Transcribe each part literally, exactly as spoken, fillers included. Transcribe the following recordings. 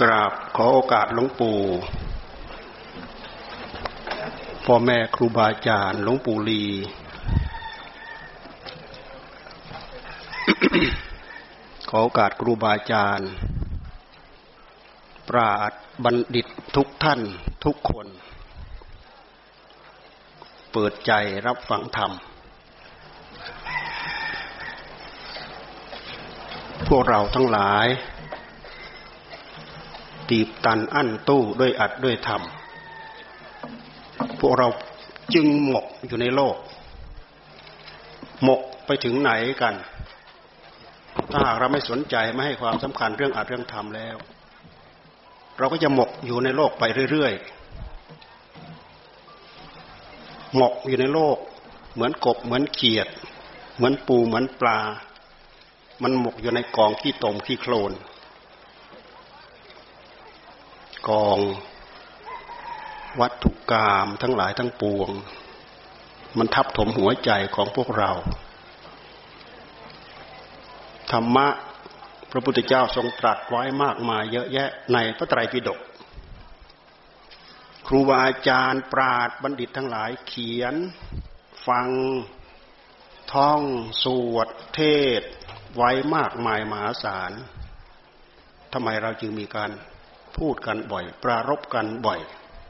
ราบขอโอกาสหลวงปู่พ่อแม่ครูบาอาจารย์หลวงปู่ลี ขอโอกาสครูบาอาจารย์ปราชญ์บัณฑิตทุกท่านทุกคนเปิดใจรับฟังธรรมพวกเราทั้งหลายตีบตันอั้นตู้ด้วยอัดด้วยธรรมพวกเราจึงหมกอยู่ในโลกหมกไปถึงไหนกันถ้าหากเราไม่สนใจไม่ให้ความสำคัญเรื่องอัดเรื่องธรรมแล้วเราก็จะหมกอยู่ในโลกไปเรื่อยๆหมกอยู่ในโลกเหมือนกบเหมือนเขียดเหมือนปูเหมือนปลามันหมกอยู่ในกองขี้ตมขี้โคลนกองวัตถุกรรมทั้งหลายทั้งปวงมันทับถมหัวใจของพวกเราธรรมะพระพุทธเจ้าทรงตรัสไว้มากมายเยอะแยะในพระไตรปิฎกครูบาอาจารย์ปราชญ์บัณฑิตทั้งหลายเขียนฟังท่องสวดเทศไว้มากมายมหาศาลทำไมเราจึงมีการพูดกันบ่อยปรารภกันบ่อย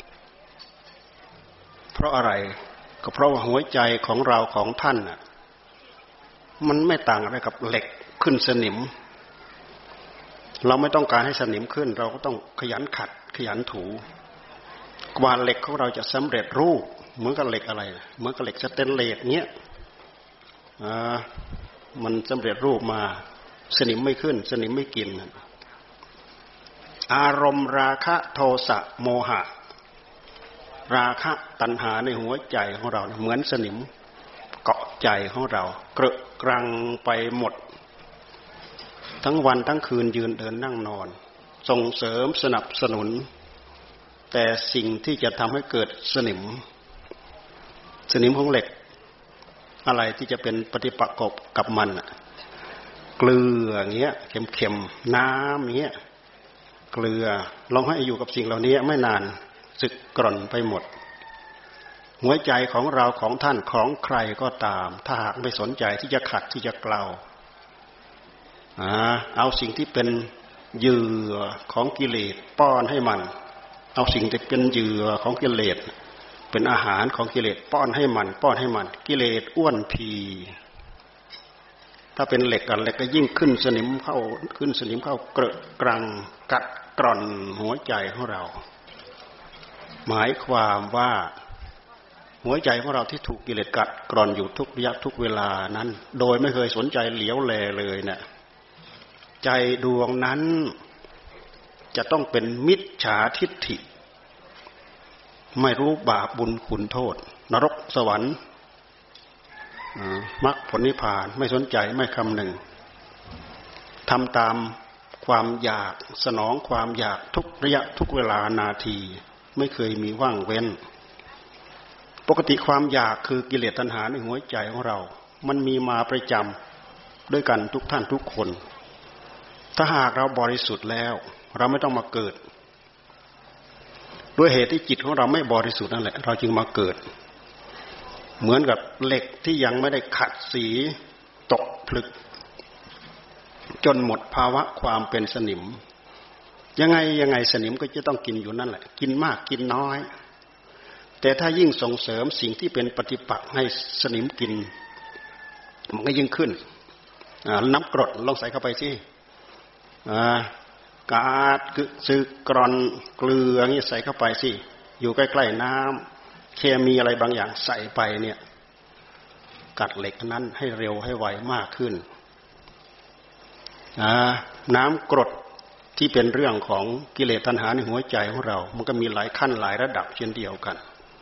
เพราะอะไรก็เพราะว่าหัวใจของเราของท่านน่ะมันไม่ต่างอะไรกับเหล็กขึ้นสนิมเราไม่ต้องการให้สนิมขึ้นเราก็ต้องขยันขัดขยันถูกว่าเหล็กของเราจะสำเร็จรูปเหมือนกับเหล็กอะไรเหมือนกับเหล็กสเตนเลสเงี้ยอ่ามันสำเร็จรูปมาสนิมไม่ขึ้นสนิมไม่กินอารมณ์ราคะโทสะโมหะราคะตัณหาในหัวใจของเราเหมือนสนิมเกาะใจของเราเกระกรังไปหมดทั้งวันทั้งคืนยืนเดินนั่งนอนส่งเสริมสนับสนุนแต่สิ่งที่จะทำให้เกิดสนิมสนิมของเหล็กอะไรที่จะเป็นปฏิปักษ์กับมันเกลืออย่างเงี้ยเค็มๆน้ำอย่างเงี้ยเกลือลองให้อยู่กับสิ่งเหล่านี้ไม่นานสึกกร่อนไปหมดหัวใจของเราของท่านของใครก็ตามถ้าหากไม่สนใจที่จะขัดที่จะเกลาอ่าเอาสิ่งที่เป็นเหยื่อของกิเลสป้อนให้มันเอาสิ่งที่เป็นเหยื่อของกิเลสเป็นอาหารของกิเลสป้อนให้มันป้อนให้มันกิเลสอ้วนพีถ้าเป็นเหล็กกันเหล็กก็ยิ่งขึ้นสนิมเข้าขึ้นสนิมเข้าเกระกรังกัดกร่อนหัวใจของเราหมายความว่าหัวใจของเราที่ถูกกิเลสกัดกร่อนอยู่ทุกระยะทุกเวลานั้นโดยไม่เคยสนใจเหลียวแลเลยเนี่ยใจดวงนั้นจะต้องเป็นมิจฉาทิฏฐิไม่รู้บาปบุญคุณโทษนรกสวรรค์มรรคผลนิพพานไม่สนใจไม่คำนึงทำตามความอยากสนองความอยากทุกระยะทุกเวลานาทีไม่เคยมีว่างเว้นปกติความอยากคือกิเลสตัณหาในหัวใจของเรามันมีมาประจำด้วยกันทุกท่านทุกคนถ้าหากเราบริสุทธิ์แล้วเราไม่ต้องมาเกิดด้วยเหตุที่จิตของเราไม่บริสุทธิ์นั่นแหละเราจึงมาเกิดเหมือนกับเหล็กที่ยังไม่ได้ขัดสีตกผลึกจนหมดภาวะความเป็นสนิมยังไงยังไงสนิมก็จะต้องกินอยู่นั่นแหละกินมากกินน้อยแต่ถ้ายิ่งส่งเสริมสิ่งที่เป็นปฏิปักษ์ให้สนิมกินมันก็ยิ่งขึ้นน้ำกรดลองใส่เข้าไปสิกาดคือซึกกร่อนเกลืออย่างนี้ใส่เข้าไปสิอยู่ใกล้ๆน้ำเคมีอะไรบางอย่างใส่ไปเนี่ยกัดเหล็กนั้นให้เร็วให้ไวมากขึ้นน้ำกรดที่เป็นเรื่องของกิเลสตัณหาในหัวใจของเรามันก็มีหลายขั้นหลายระดับเช่นเดียวกัน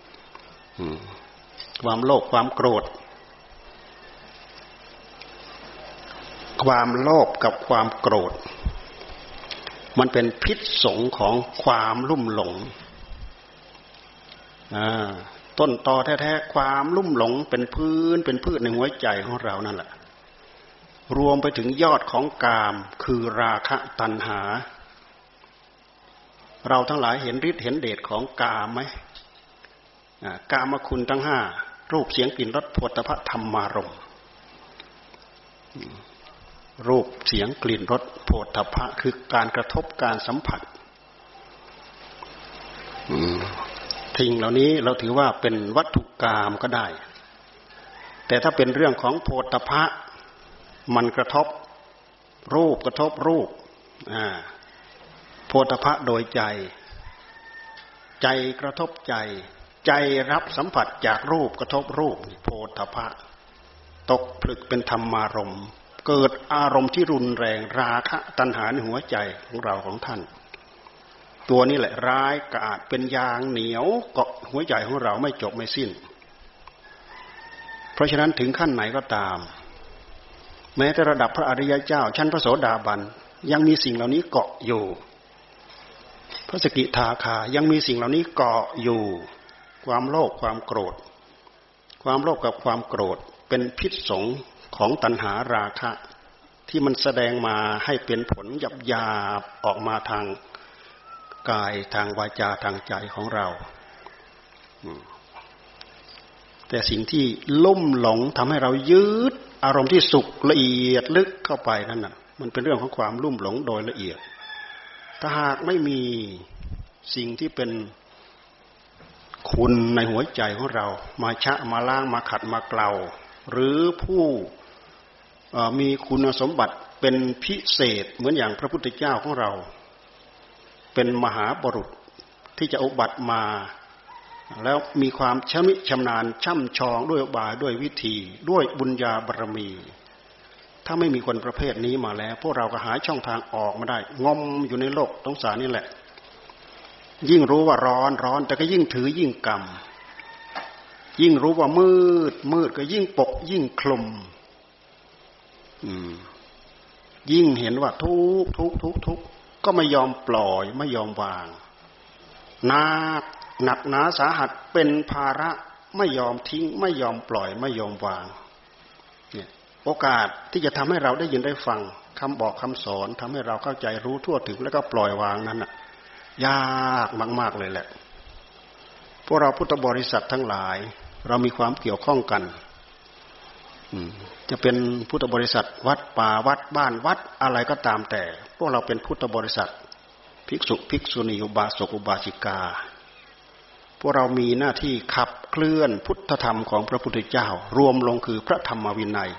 ความโลภความโกรธความโลภกับความโกรธมันเป็นพิษสงของความลุ่มหลงต้นตอแท้ๆความลุ่มหลงเป็นพื้นเป็นพืชในหัวใจของเรานั่นแหละรวมไปถึงยอดของกามคือราคะตัณหาเราทั้งหลายเห็นฤทธิ์เห็นเดชของกามไหมกามคุณทั้งห้ารูปเสียงกลิ่นรสโผฏฐัพพะธรรมารมณ์รูปเสียงกลิ่นรสโผฏฐัพพะคือการกระทบการสัมผัสทิ้งเหล่านี้เราถือว่าเป็นวัตถุกามก็ได้แต่ถ้าเป็นเรื่องของโผฏฐัพพะมันกระทบรูปกระทบรูปโผฏฐัพพะโดยใจใจกระทบใจใจรับสัมผัสจากรูปกระทบรูปโผฏฐัพพะตกผลึกเป็นธรรมารมณ์เกิดอารมณ์ที่รุนแรงราคะตัณหาในหัวใจของเราของท่านตัวนี้แหละร้ายกาจเป็นยางเหนียวเกาะหัวใจของเราไม่จบไม่สิ้นเพราะฉะนั้นถึงขั้นไหนก็ตามแม้แต่ระดับพระอริยเจ้าชั้นพระโสดาบันยังมีสิ่งเหล่านี้เกาะอยู่พระสกิทาคายังมีสิ่งเหล่านี้เกาะอยู่ความโลภความโกรธความโลภกับความโกรธเป็นพิษสงของตัณหาราคะที่มันแสดงมาให้เป็นผลหยาบหยาบออกมาทางกายทางวาจาทางใจของเราแต่สิ่งที่ลุ่มหลงทำให้เรายึดอารมณ์ที่สุขละเอียดลึกเข้าไปนั่นน่ะมันเป็นเรื่องของความลุ่มหลงโดยละเอียดถ้าหากไม่มีสิ่งที่เป็นคุณในหัวใจของเรามาชะมาล้างมาขัดมาเกลาหรือผู้มีคุณสมบัติเป็นพิเศษเหมือนอย่างพระพุทธเจ้าของเราเป็นมหาบุรุษที่จะอุบัติมาแล้วมีความชำนิชำนาญช่ำชองด้วยอุบายด้วยวิธีด้วยบุญญาบารมีถ้าไม่มีคนประเภทนี้มาแล้วพวกเราก็หาช่องทางออกมาได้งมอยู่ในโลกสงสารนี่แหละยิ่งรู้ว่าร้อนร้อนแต่ก็ยิ่งถือยิ่งกำยิ่งรู้ว่ามืดมืดก็ยิ่งปกยิ่งคลุมยิ่งเห็นว่าทุกทุกทุกทุกก็ไม่ยอมปล่อยไม่ยอมวางหนักหนักหนาสาหัสเป็นภาระไม่ยอมทิ้งไม่ยอมปล่อยไม่ยอมวางเนี่ยโอกาสที่จะทำให้เราได้ยินได้ฟังคำบอกคำสอนทำให้เราเข้าใจรู้ทั่วถึงแล้วก็ปล่อยวางนั้นน่ะยากมากๆเลยแหละพวกเราพุทธบริษัททั้งหลายเรามีความเกี่ยวข้องกันจะเป็นพุทธบริษัทวัดป่าวัดบ้านวัดอะไรก็ตามแต่พวกเราเป็นพุทธบริษัทภิกษุภิกษุณีอุบาสกอุบาสิกาพวกเรามีหน้าที่ขับเคลื่อนพุทธธรรมของพระพุทธเจ้ารวมลงคือพระธรรมวินัย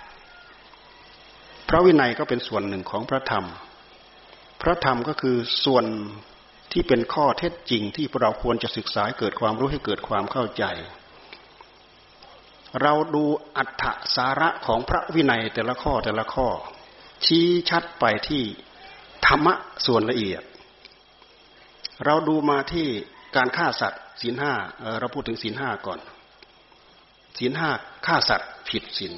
พระวินัยก็เป็นส่วนหนึ่งของพระธรรมพระธรรมก็คือส่วนที่เป็นข้อเท็จจริงที่พวกเราควรจะศึกษาเกิดความรู้ให้เกิดความเข้าใจเราดูอรรถสาระของพระวินัยแต่ละข้อแต่ละข้อชี้ชัดไปที่ธรรมะส่วนละเอียดเราดูมาที่การฆ่าสัตว์ศีลห้าเราพูดถึงศีลห้าก่อนศีลห้าฆ่าสัตว์ผิดศีล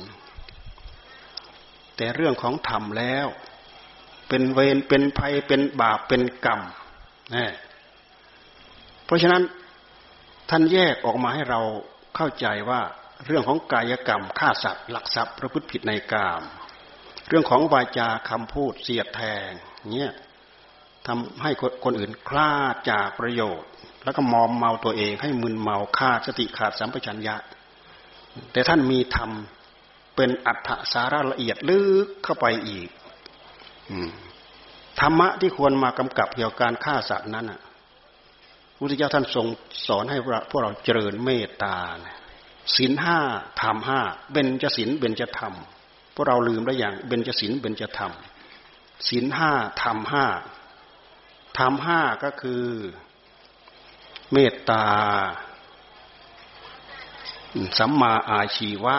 แต่เรื่องของธรรมแล้วเป็นเวรเป็นภัยเป็นบาปเป็นกรรมนะเพราะฉะนั้นท่านแยกออกมาให้เราเข้าใจว่าเรื่องของกายกรรมฆ่าสัตว์ลักทรัพย์ประพฤติผิดในกามเรื่องของวาจาคำพูดเสียดแทงเนี่ยทำให้คนอื่นคลาดจากประโยชน์แล้วก็มอมเมาตัวเองให้มึนเมาขาดสติขาดสัมปชัญญะแต่ท่านมีธรรมเป็นอรรถสาระละเอียดลึกเข้าไปอีกธรรมะที่ควรมากำกับเกี่ยวกับการฆ่าสัตว์นั้นน่ะพระพุทธเจ้าท่านทรงสอนให้พวกเราเจริญเมตตาศีลห้าธรรมห้าเบญจศีลเบญจธรรมพวกเราลืมแล้วอย่างเบญจศีลเบญจธรรมศีลห้าธรรมห้าธรรมห้าก็คือเมตตาสัมมาอาชีวะ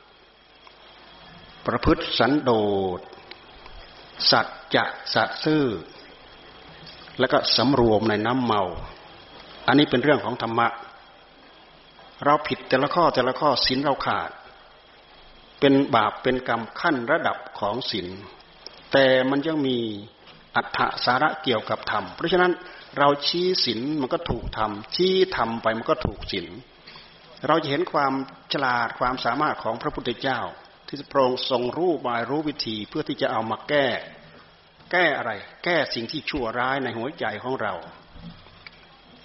ประพฤติสันโดษสัจจะสัตย์ซื่อแล้วก็สำรวมในน้ำเมาอันนี้เป็นเรื่องของธรรมะเราผิดแต่ละข้อแต่ละข้อศีลเราขาดเป็นบาปเป็นกรรมขั้นระดับของศีลแต่มันยังมีอรรถสาระเกี่ยวกับธรรมเพราะฉะนั้นเราชี้ศีลมันก็ถูกธรรมชี้ธรรมไปมันก็ถูกศีลเราจะเห็นความฉลาดความสามารถของพระพุทธเจ้าที่พระองค์ทรงรู้บายรู้วิธีเพื่อที่จะเอามาแก้แก้อะไรแก้สิ่งที่ชั่วร้ายในหัวใจของเรา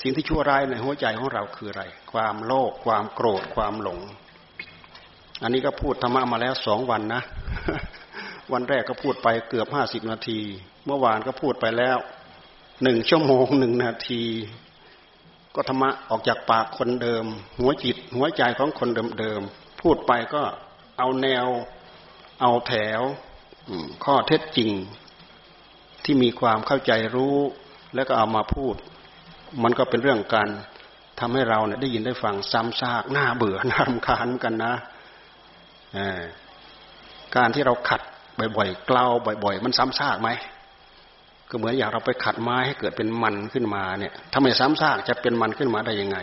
สิ่งที่ชั่วร้ายในหัวใจของเราคืออะไรความโลภความโกรธความหลงอันนี้ก็พูดธรรมะมาแล้วสองวันนะ วันแรกก็พูดไปเกือบห้าสิบนาทีเมื่อวานก็พูดไปแล้วหนึ่งชั่วโมงหนึ่งนาทีก็ธรรมะออกจากปากคนเดิมหัวจิตหัวใจของคนเดิมๆพูดไปก็เอาแนวเอาแถวข้อเท็จจริงที่มีความเข้าใจรู้แล้วก็เอามาพูดมันก็เป็นเรื่องการทำให้เราเนี่ยได้ยินได้ฟังซ้ำซากน่าเบื่อน่ารำคาญกันนะการที่เราขัดบ่อยๆเกลาบ่อยๆมันซ้ำซากไหมก็เหมือนอย่างเราไปขัดไม้ให้เกิดเป็นมันขึ้นมาเนี่ยถ้าไม่ซ้ำซากจะเป็นมันขึ้นมาได้ยังไง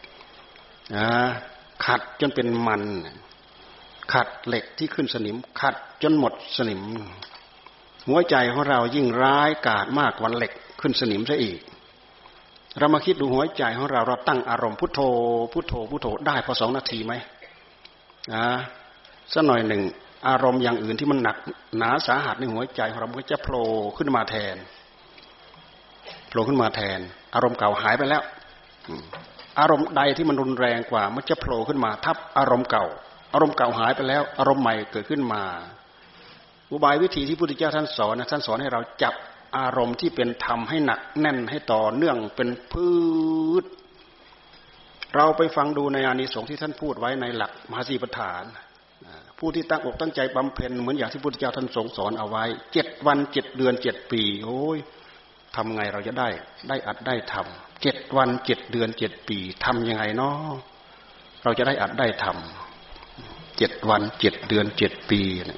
ขัดจนเป็นมันขัดเหล็กที่ขึ้นสนิมขัดจนหมดสนิมหัวใจของเรายิ่งร้ายกาจมากกว่าเหล็กขึ้นสนิมซะอีกเรามาคิดดูหัวใจของเราเราตั้งอารมณ์พุทโธพุทโธพุทโธได้พอสองนาทีไหมอ่าสักหน่อยหนึ่งอารมณ์อย่างอื่นที่มันหนักหนาสาหัสในหัวใจของเราก็จะโผล่ขึ้นมาแทนโผล่ขึ้นมาแทนอารมณ์เก่าหายไปแล้วอารมณ์ใดที่มันรุนแรงกว่ามันจะโผล่ขึ้นมาทับอารมณ์เก่าอารมณ์เก่าหายไปแล้วอารมณ์ใหม่เกิดขึ้นมาอุบายวิธีที่พระพุทธเจ้าท่านสอนนะท่านสอนให้เราจับอารมณ์ที่เป็นธรรมให้หนักแน่นให้ต่อเนื่องเป็นพืชเราไปฟังดูในอานิสงส์ที่ท่านพูดไว้ในหลักมหาสติปัฏฐานผู้ที่ตั้งอกตั้งใจบำเพ็ญเหมือนอย่างที่พระพุทธเจ้าท่านทรงสอนเอาไว้เจ็ดวันเจ็ดเดือนเจ็ดปีโอ้ยทำไงเราจะได้ได้อัดได้ทำเจ็ดวันเจ็ดเดือนเจ็ดปีทำยังไงเนาะเราจะได้อัดได้ทำเจ็ดวันเจ็ดเดือนเจ็ดปีเนี่ย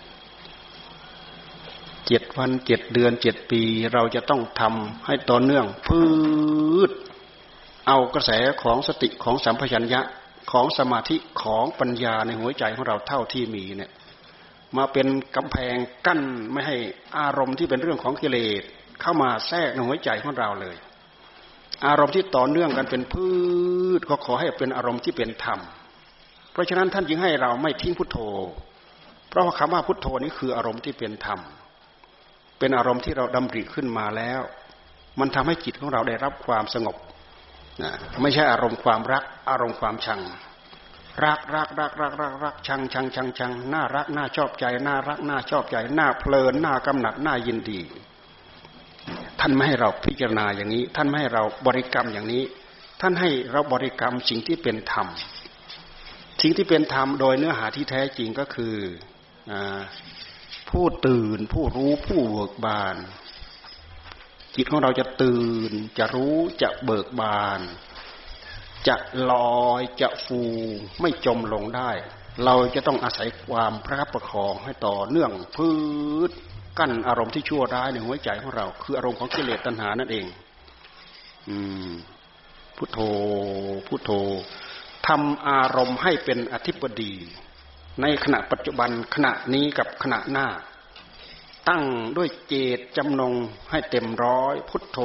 เจ็ดวันเจ็ดเดือนเจ็ดปีเราจะต้องทำให้ต่อเนื่องพืชเอากระแสของสติของสัมปชัญญะของสมาธิของปัญญาในหัวใจของเราเท่าที่มีเนี่ยมาเป็นกำแพงกั้นไม่ให้อารมณ์ที่เป็นเรื่องของกิเลสเข้ามาแทรกในหัวใจของเราเลยอารมณ์ที่ต่อเนื่องกันเป็นพืชก็ขอให้เป็นอารมณ์ที่เป็นธรรมเพราะฉะนั้นท่านจึงให้เราไม่ทิ้งพุทโธเพราะว่าคำว่าพุทโธนี้คืออารมณ์ที่เป็นธรรมเป็นอารมณ์ที่เราดำริขึ้นมาแล้วมันทำให้จิตของเราได้รับความสงบนะไม่ใช่อารมณ์ความรักอารมณ์ความชังรักรักรักรักรักรักชังชังชังชังน่ารักน่าชอบใจน่ารักน่าชอบใจน่าเพลินน่ากำหนัดน่ายินดีท่านไม่ให้เราพิจารณาอย่างนี้ท่านไม่ให้เราบริกรรมอย่างนี้ท่านให้เราบริกรรมสิ่งที่เป็นธรรมสิ่งที่เป็นธรรมโดยเนื้อหาที่แท้จริงก็คือผู้ตื่นผู้รู้ผู้เบิกบานจิตของเราจะตื่นจะรู้จะเบิกบานจะลอยจะฟูไม่จมลงได้เราจะต้องอาศัยความประคับประคองให้ต่อเนื่องพืชกั้นอารมณ์ที่ชั่วร้ายในหัวใจของเราคืออารมณ์ของกิเลสตัณหานั่นเองอืมพุทโธพุทโธทำอารมณ์ให้เป็นอธิปดีในขณะปัจจุบันขณะนี้กับขณะหน้าตั้งด้วยเจตจำนงให้เต็มร้อยพุทโธ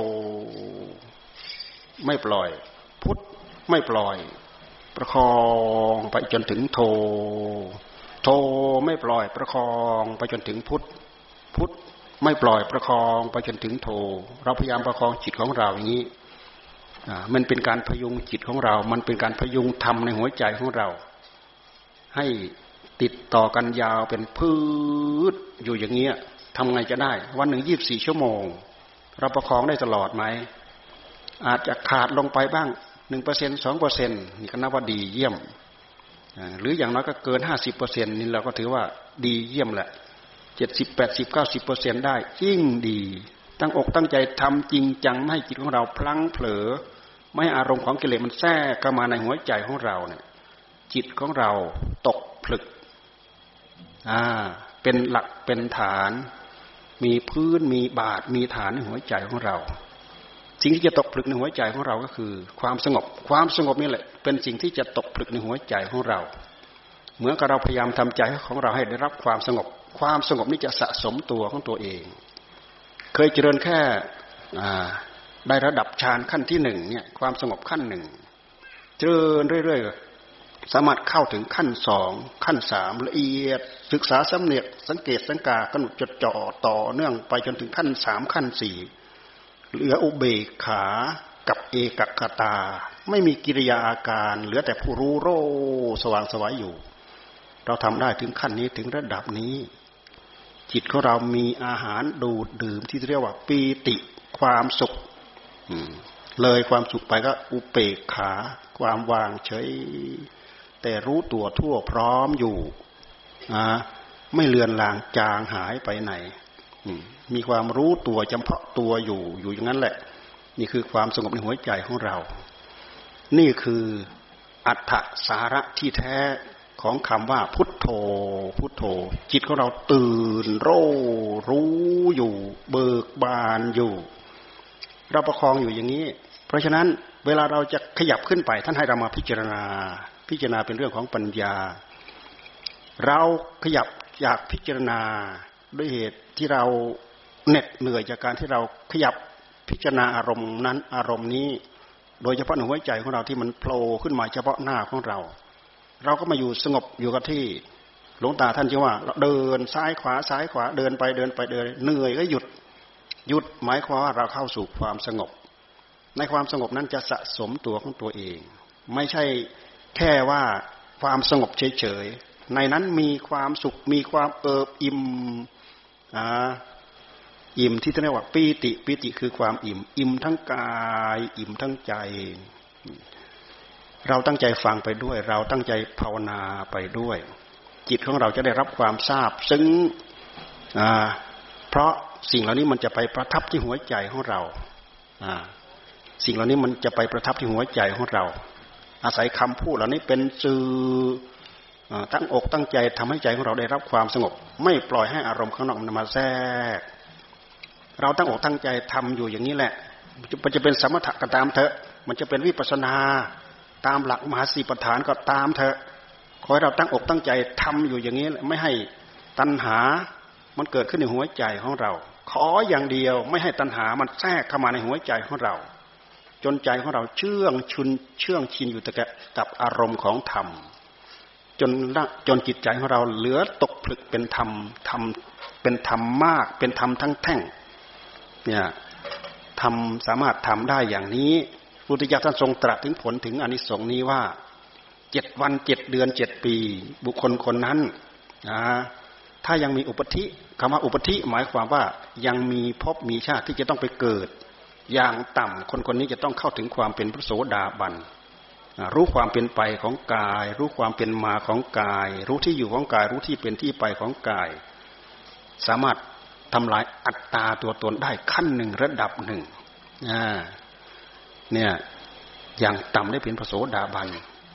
ไม่ปล่อยพุทไม่ปล่อยประคองไปจนถึงโธโธไม่ปล่อยประคองไปจนถึงพุทพุทไม่ปล่อยประคองไปจนถึงโธเราพยายามประคองจิตของเราอย่างนี้มันเป็นการพยุงจิตของเรามันเป็นการพยุงธรรมในหัวใจของเราให้ติดต่อกันยาวเป็นพืชอยู่อย่างเงี้ยทำไงจะได้วันหนึ่งยี่สิบสี่ชั่วโมงเราประคองได้ตลอดไหมอาจจะขาดลงไปบ้างหนึ่งเปอร์เซ็นต์สองเปอร์เซ็นต์นี่ก็นับว่าดีเยี่ยมหรืออย่างน้อยก็เกินห้าสิบเปอร์เซ็นต์นี่เราก็ถือว่าดีเยี่ยมแหละเจ็ดสิบแปดสิบเก้าสิบเปอร์เซ็นต์ได้ยิ่งดีตั้งอกตั้งใจทำจริงจังไม่ให้จิตของเราพลั้งเผลอไม่ให้อารมณ์ของกิเลสมันแทรกเข้ามาในหัวใจของเราเนี่ยจิตของเราตกผลึกอ่าเป็นหลักเป็นฐานมีพื้นมีบาทมีฐานในหัวใจของเราสิ่งที่จะตกผลึกในหัวใจของเราก็คือความสงบความสงบนี่แหละเป็นสิ่งที่จะตกผลึกในหัวใจของเราเหมือนกับเราพยายามทำใจของเราให้ได้รับความสงบความสงบนี้จะสะสมตัวของตัวเองเคยเจริญแค่ได้ระดับฌานขั้นที่หนึ่งเนี่ยความสงบขั้นหนึ่งเจริญเรื่อยๆสามารถเข้าถึงขั้นสองขั้นสามละเอียดศึกษาสำเนียกสังเกตสังกากำหนดจดจ่อต่อเนื่องไปจนถึงขั้นสามขั้นสี่เหลืออุเบกขากับเอกคตาไม่มีกิริยาอาการเหลือแต่ผู้รู้โรสว่างไสวอยู่เราทำได้ถึงขั้นนี้ถึงระดับนี้จิตของเรามีอาหารดูดดื่มที่เรียกว่าปีติความสุขเลยความสุขไปก็อุเบกขาความวางเฉยแต่รู้ตัวทั่วพร้อมอยู่ไม่เลือนลางจางหายไปไหนมีความรู้ตัวเฉพาะตัวอยู่อยู่อย่างนั้นแหละนี่คือความสงบในหัวใจของเรานี่คืออัตถสาระที่แท้ของคำว่าพุทโธพุทโธจิตของเราตื่นรู้รู้อยู่เบิกบานอยู่เราประคองอยู่อย่างนี้เพราะฉะนั้นเวลาเราจะขยับขึ้นไปท่านให้เรามาพิจารณาพิจารณาเป็นเรื่องของปัญญาเราขยับจากพิจารณาด้วยเหตุที่เราเหน็ดเหนื่อยจากการที่เราขยับพิจารณาอารมณ์นั้นอารมณ์นี้โดยเฉพาะในหัวใจของเราที่มันโผล่ขึ้นมาเฉพาะหน้าของเราเราก็มาอยู่สงบอยู่กับที่หลวงตาท่านจึงว่าเราเดินซ้ายขวาซ้ายขวาเดินไปเดินไปเดินเหนื่อยก็หยุดหยุดหมายความว่าเราเข้าสู่ความสงบในความสงบนั้นจะสะสมตัวของตัวเองไม่ใช่แค่ว่าความสงบเฉยๆในนั้นมีความสุขมีความเอิบอิ่มอ่าอิ่มที่เรียกว่าปีติปีติคือความอิ่มอิ่มทั้งกายอิ่มทั้งใจเราตั้งใจฟังไปด้วยเราตั้งใจภาวนาไปด้วยจิตของเราจะได้รับความซาบซึ้งอ่าเพราะสิ่งเหล่านี้มันจะไปประทับที่หัวใจของเราอ่าสิ่งเหล่านี้มันจะไปประทับที่หัวใจของเราอาศัยคำพูดเหล่านี้เป็นสื่อตั้งอกตั้งใจทำให้ใจของเราได้รับความสงบไม่ปล่อยให้อารมณ์ข้างนอกมันมาแทรกเราตั้งอกตั้งใจทำอยู่อย่างนี้แหละมันจะเป็นสมถะก็ตามเถอะมันจะเป็นวิปัสสนาตามหลักมหาสติปัฏฐานก็ตามเถอะขอให้เราตั้งอกตั้งใจทำอยู่อย่างนี้ไม่ให้ตัณหามันเกิดขึ้นในหัวใจของเราขออย่างเดียวไม่ให้ตัณหามันแทรกเข้ามาในหัวใจของเราจนใจของเราเชื่องชุนเชื่องชินอยู่แต่กับอารมณ์ของธรรมจนจนจิตใจของเราเหลือตกผลึกเป็นธรรมธรรมเป็นธรรมมากเป็นธรรมทั้งแท่งเนี่ยทำสามารถทำได้อย่างนี้พระพุทธเจ้าท่านทรงตรัสถึงผลถึงอานิสงส์นี้ว่าเจ็ดวันเจ็ดเดือนเจ็ดปีบุคคลคนนั้นนะถ้ายังมีอุปธิคำว่าอุปธิหมายความว่ายังมีภพมีชาติที่จะต้องไปเกิดอย่างต่ำคนคนนี้จะต้องเข้าถึงความเป็นพระโสดาบันรู้ความเป็นไปของกายรู้ความเป็นมาของกายรู้ที่อยู่ของกายรู้ที่เป็นที่ไปของกายสามารถทำลายอัตตาตัวตนได้ขั้นหนึ่งระดับหนึ่งเนี่ยอย่างต่ำได้เป็นพระโสดาบัน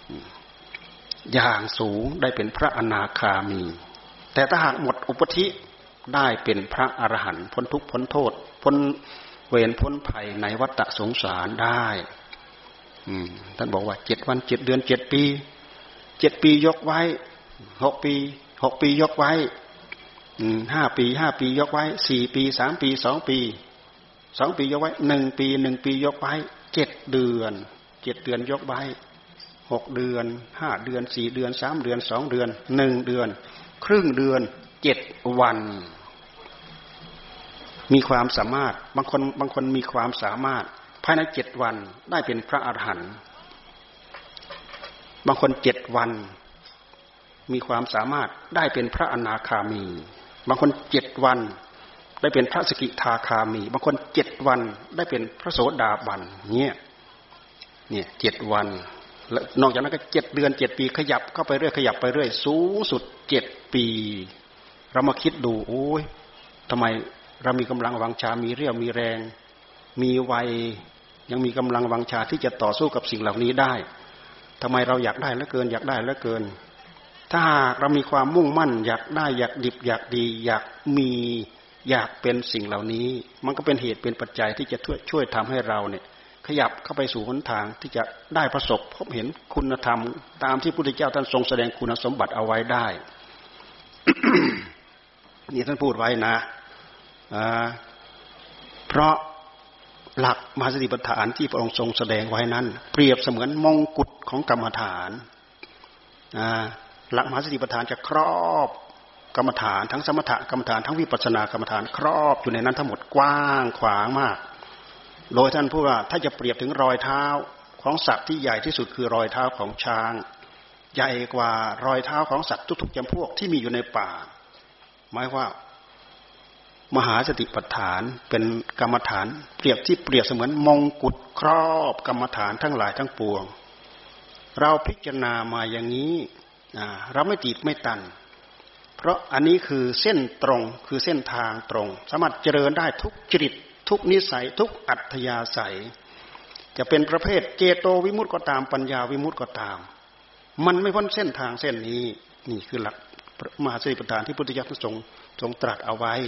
อย่างสูงได้เป็นพระอนาคามีแต่ถ้าหากหมดอุปธิได้เป็นพระอรหันต์พ้นทุกข์พ้นโทษพ้นเวรพ้นภัยในวัฏสงสารได้ท่านบอกว่าเจ็ดวันเจ็ดเดือนเจ็ดปีเจ็ดปียกไว้หกปีหกปียกไว้ห้าปีห้าปียกไว้สี่ปีสามปีสองปีสองปียกไว้หนึ่งปีหนึ่งปียกไว้เจ็ดเดือนเจ็ดเดือนยกไว้หกเดือนห้าเดือนสี่เดือนสามเดือนสองเดือนหนึ่งเดือนครึ่งเดือนเจ็ดวันมีความสามารถบางคนบางคนมีความสามารถภายในเจ็ดวันได้เป็นพระอรหันต์บางคนเจ็ดวันมีความสามารถได้เป็นพระอนาคามีบางคนเจ็ดวันได้เป็นพระสกิทาคามีบางคนเจ็ดวันได้เป็นพระโสดาบันเนี่ยเนี่ยเจ็ดวันแล้วนอกจากนั้นก็เจ็ดเดือนเจ็ดปีขยับเข้าไปเรื่อยขยับไปเรื่อยสูงสุดเจ็ดปีเรามาคิดดูโอ้ยทำไมเรามีกำลังวังชามีเรี่ยวมีแรงมีวัยยังมีกำลังวังชาที่จะต่อสู้กับสิ่งเหล่านี้ได้ทำไมเราอยากได้เหลือเกินอยากได้เหลือเกินถ้าเรามีความมุ่งมั่นอยากได้อยากดิบอยากดีอยากมีอยากเป็นสิ่งเหล่านี้มันก็เป็นเหตุเป็นปัจจัยที่จะช่วยช่วยทำให้เราเนี่ยขยับเข้าไปสู่หนทางที่จะได้ประสบพบเห็นคุณธรรมตามที่พระพุทธเจ้าท่านทรงแสดงคุณสมบัติเอาไว้ได้ นี่ท่านพูดไว้นะเพราะหลักมหาสติปัฏฐานที่พระองค์ทรงแสดงไว้นั้นเปรียบเสมือนมงกุฎของกรรมฐานหลักมหาสติปัฏฐานจะครอบกรรมฐานทั้งสมถะกรรมฐานทั้งวิปัสสนากรรมฐานครอบอยู่ในนั้นทั้งหมดกว้างขวางมากโดยท่านพูดว่าถ้าจะเปรียบถึงรอยเท้าของสัตว์ที่ใหญ่ที่สุดคือรอยเท้าของช้างใหญ่กว่ารอยเท้าของสัตว์ทุกๆจำพวกที่มีอยู่ในป่าหมายว่ามหาสติปัฏฐานเป็นกรรมฐานเปรียบที่เปรียบเสมือนมงกุฎครอบกรรมฐานทั้งหลายทั้งปวงเราพิจารณามาอย่างนี้เราไม่ติดไม่ตันเพราะอันนี้คือเส้นตรงคือเส้นทางตรงสามารถเจริญได้ทุกจริตทุกนิสัยทุกอัธยาศัยจะเป็นประเภทเจโตวิมุตติก็ตามปัญญาวิมุตติก็ตามมันไม่พ้นเส้นทางเส้นนี้นี่คือหลักมหาสติปัฏฐานที่พุทธเจ้าทรงทรงตรัสเอาไว้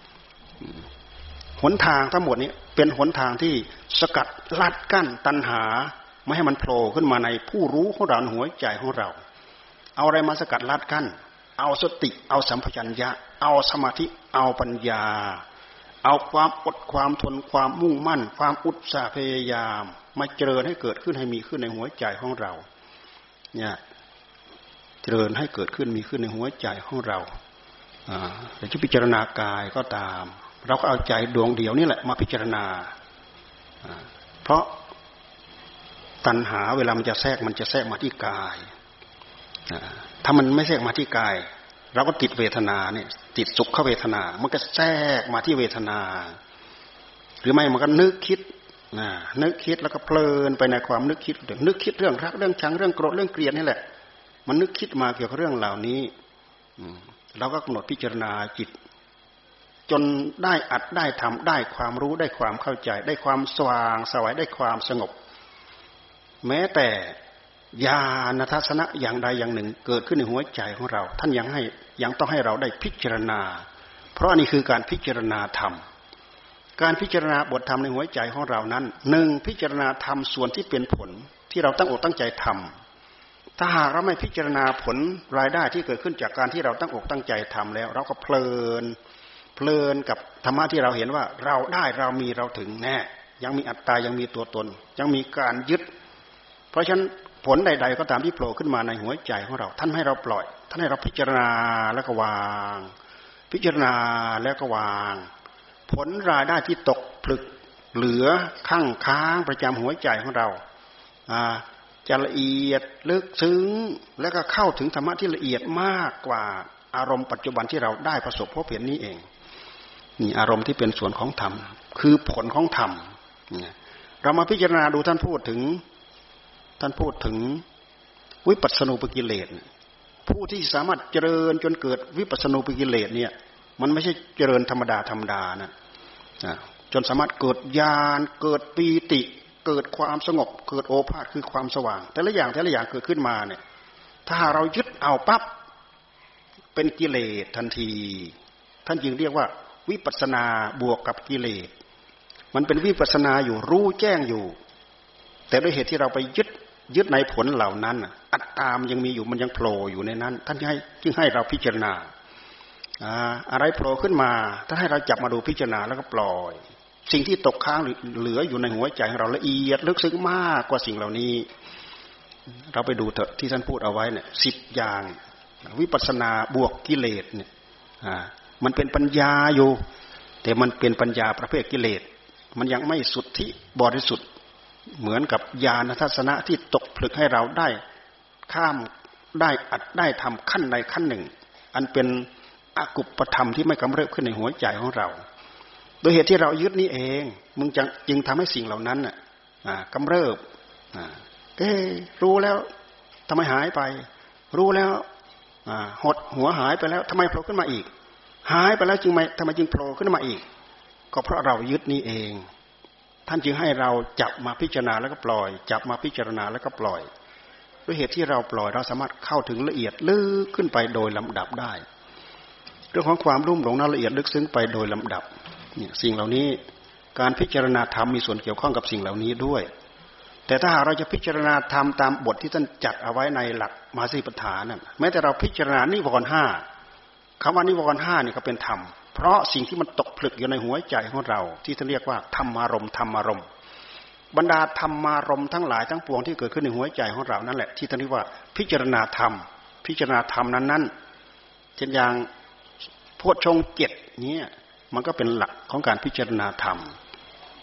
หนทางทั้งหมดนี้เป็นหนทางที่สกัดลัดกั้นตัณหาไม่ให้มันโผล่ขึ้นมาในผู้รู้ของเราหัวใจของเราเอาอะไรมาสกัดลัดกั้นเอาสติเอาสัมปชัญญะเอาสมาธิเอาปัญญาเอาความอดความทนความมุ่งมั่นความอุตสาหพยายามมาเจริญให้เกิดขึ้นให้มีขึ้นในหัวใจของเราเนี่ยเจริญให้เกิดขึ้นมีขึ้นในหัวใจของเราแต่ที่พิจารณากายก็ตามเราก็เอาใจดวงเดียวนี่แหละมาพิจารณาเพราะตัณหาเวลามันจะแทรกมันจะแทรกมาที่กายถ้ามันไม่แทรกมาที่กายเราก็ติดเวทนาเนี่ยติดสุขเวทนามันก็แทรกมาที่เวทนาหรือไม่มันก็นึกคิดนะนึกคิดแล้วก็เพลินไปในความนึกคิดนึกคิดเรื่องรักเรื่องชังเรื่องโกรธเรื่องเกลียดนี่แหละมันนึกคิดมาเกี่ยวกับเรื่องเหล่านี้เราก็กำหนดพิจารณาจิตจนได้อัดได้ทำได้ความรู้ได้ความเข้าใจได้ความสว่างสวัยได้ความสงบแม้แต่ญาณทัศนะอย่างใดอย่างหนึ่งเกิดขึ้นในหัวใจของเราท่านยังให้ยังต้องให้เราได้พิจารณาเพราะอันนี้คือการพิจารณาธรรมการพิจารณาบทธรรมในหัวใจของเรานั้นหนึ่งพิจารณาธรรมส่วนที่เป็นผลที่เราตั้งอกตั้งใจทำถ้าหากเราไม่พิจารณาผลรายได้ที่เกิดขึ้นจากการที่เราตั้งอกตั้งใจทำแล้วเราก็เพลินเพลินกับธรรมะที่เราเห็นว่าเราได้เรามีเราถึงแน่ยังมีอัตตายังมีตัวตนยังมีการยึดเพราะฉะนั้นผลใดๆก็ตามที่โผล่ขึ้นมาในหัวใจของเราท่านให้เราปล่อยท่านให้เราพิจารณาแล้วก็วางพิจารณาแล้วก็วางผลรายได้ที่ตกผลึกเหลือข้างค้างประจำหัวใจของเราจะละเอียดลึกซึ้งแล้วก็เข้าถึงธรรมะที่ละเอียดมากกว่าอารมณ์ปัจจุบันที่เราได้ประสบพบเห็นนี้เองนี่อารมณ์ที่เป็นส่วนของธรรมคือผลของธรรมเรามาพิจารณาดูท่านพูดถึงท่านพูดถึงวิปัสสนูปกิเลสผู้ที่สามารถเจริญจนเกิดวิปัสสนูปกิเลสเนี่ยมันไม่ใช่เจริญธรรมดาธรรมดานะจนสามารถเกิดญาณเกิดปีติเกิดความสงบเกิดโอภาสคือความสว่างแต่ละอย่างแต่ละอย่างเกิดขึ้นมาเนี่ยถ้าเรายึดเอาปั๊บเป็นกิเลสทันทีท่านจึงเรียกว่าวิปัสสนาบวกกับกิเลสมันเป็นวิปัสสนาอยู่รู้แจ้งอยู่แต่ด้วยเหตุที่เราไปยึดยึดในผลเหล่านั้นอัตตามยังมีอยู่มันยังโผล่อยู่ในนั้นท่านจึงให้จึงให้เราพิจารณาอะไรโผล่ขึ้นมาถ้าให้เราจับมาดูพิจารณาแล้วก็ปล่อยสิ่งที่ตกค้างเหลืออยู่ในหัวใจของเราละเอียดลึกซึ้งมากกว่าสิ่งเหล่านี้เราไปดูเถอะที่ท่านพูดเอาไว้เนี่ยสิบอย่างวิปัสสนาบวกกิเลสเนี่ยมันเป็นปัญญาอยู่แต่มันเป็นปัญญาประเภทกิเลสมันยังไม่สุทธิบริสุทธิ์เหมือนกับญาณทัศนะที่ตกผลึกให้เราได้ข้ามได้อัดได้ทำขั้นใดขั้นหนึ่งอันเป็นอกุปปธรรมที่ไม่กำเริบขึ้นในหัวใจของเราโดยเหตุที่เรายึดนี้เองมึงจึงจึงทำให้สิ่งเหล่านั้นน่ะกำเริบเอ๊ะรู้แล้วทำไมหายไปรู้แล้วหดหัวหายไปแล้วทำไมโผล่ขึ้นมาอีกหายไปแล้วจึงไม่ทำไมจึงโผล่ขึ้นมาอีกก็เพราะเรายึดนี้เองท่านจึงให้เราจับมาพิจารณาแล้วก็ปล่อยจับมาพิจารณาแล้วก็ปล่อยด้วยเหตุที่เราปล่อยเราสามารถเข้าถึงละเอียดลึกขึ้นไปโดยลำดับได้เรื่องของความรุ่มหลงนั้นละเอียดลึกซึ้งไปโดยลำดับเนี่ยสิ่งเหล่านี้การพิจารณาธรรมมีส่วนเกี่ยวข้องกับสิ่งเหล่านี้ด้วยแต่ถ้าเราจะพิจารณาธรรมตามบทที่ท่านจัดเอาไว้ในหลักมหาสติปัฏฐานนั่นแม้แต่เราพิจารณานิวรณ์ห้าคำว่านิวรณ์ห้านี่ก็เป็นธรรมเพราะสิ่งที่มันตกผลึกอยู่ในหัวใจของเราที่ท่านเรียกว่าธรรมารมณ์ธรรมารมณ์บรรดาธรรมารมณ์ทั้งหลายทั้งปวงที่เกิดขึ้นในหัวใจของเรานั่นแหละที่ท่านเรียกว่าพิจารณาธรรมพิจารณาธรรมนั้นๆเช่นอย่างโพชฌงค์เจ็ดนี้มันก็เป็นหลักของการพิจารณาธรรม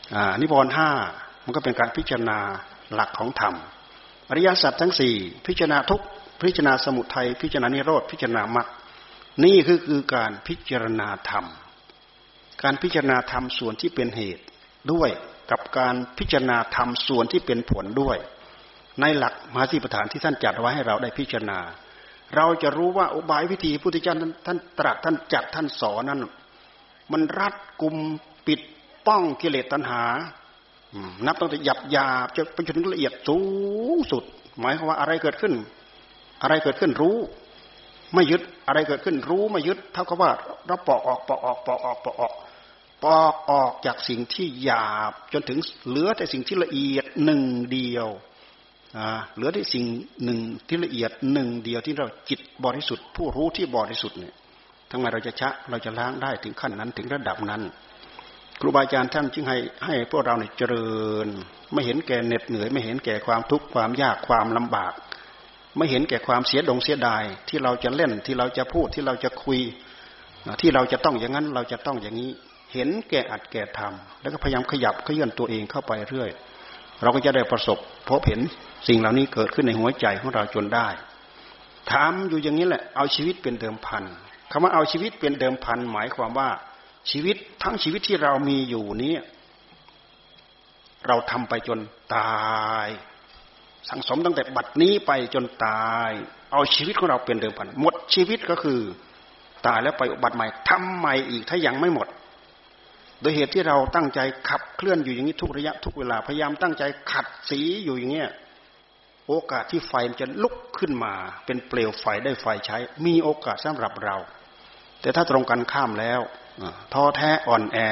นิวรณ์ห้ามันก็เป็นการพิจารณาหลักของธรรมอริยสัจทั้งสี่พิจารณาทุกข์พิจารณาสมุทัยพิจารณานิโรธพิจารณามรรคนี่คือคือการพิจารณาธรรมการพิจารณาธรรมส่วนที่เป็นเหตุด้วยกับการพิจารณาธรรมส่วนที่เป็นผลด้วยในหลักมหาสติปัฏฐานที่ท่านจัดไว้ให้เราได้พิจารณาเราจะรู้ว่าอุบายวิธีพุทธเจ้าท่านตรัสท่านจัดท่านสอนนั้นมันรัดกุมปิดป้องกิเลสตัณหานับตั้งแต่หยาบหยาบจะไปจนถึงละเอียดสูงสุดหมายความว่าอะไรเกิดขึ้นอะไรเกิดขึ้นรู้ไม่ยึดอะไรเกิดขึ้นรู้ไม่ยึดเท่ากับว่าเราปอกออกปอกออกปอกออกปอกออกปอกออกจากสิ่งที่หยาบจนถึงเหลือแต่สิ่งที่ละเอียดหนึ่งเดียวเหลือแต่สิ่งหนึ่งที่ละเอียดหนึ่งเดียวที่เราจิตบริสุทธิ์ผู้รู้ที่บริสุทธิ์เนี่ยทำไมเราจะชะเราจะล้างได้ถึงขั้นนั้นถึงระดับนั้นครูบาอาจารย์ท่านจึงให้ให้พวกเราเนี่ยเจริญไม่เห็นแก่เหน็ดเหนื่อยไม่เห็นแก่ความทุกข์ความยากความลำบากไม่เห็นแก่ความเสียดงเสียดายที่เราจะเล่นที่เราจะพูดที่เราจะคุยที่เราจะต้องอย่างนั้นเราจะต้องอย่างนี้เห็นแก่อัดแก่ทำแล้วก็พยายามขยับเขยื่อนตัวเองเข้าไปเรื่อยเราก็จะได้ประสบพบเห็นสิ่งเหล่านี้เกิดขึ้นในหัวใจของเราจนได้ถามอยู่อย่างนี้แหละเอาชีวิตเป็นเดิมพันคำว่าเอาชีวิตเป็นเดิมพันหมายความว่าชีวิตทั้งชีวิตที่เรามีอยู่นี้เราทำไปจนตายสังสมตั้งแต่บัดนี้ไปจนตายเอาชีวิตของเราเป็นเดิมพันหมดชีวิตก็คือตายแล้วไปอุบัติใหม่ทำใหม่อีกถ้ายังไม่หมดโดยเหตุที่เราตั้งใจขับเคลื่อนอยู่อย่างนี้ทุกระยะทุกเวลาพยายามตั้งใจขัดสีอยู่อย่างเงี้ยโอกาสที่ไฟมันจะลุกขึ้นมาเป็นเปลวไฟได้ไฟใช้มีโอกาสสำหรับเราแต่ถ้าตรงกันข้ามแล้วท้อแท้อ่อนแอ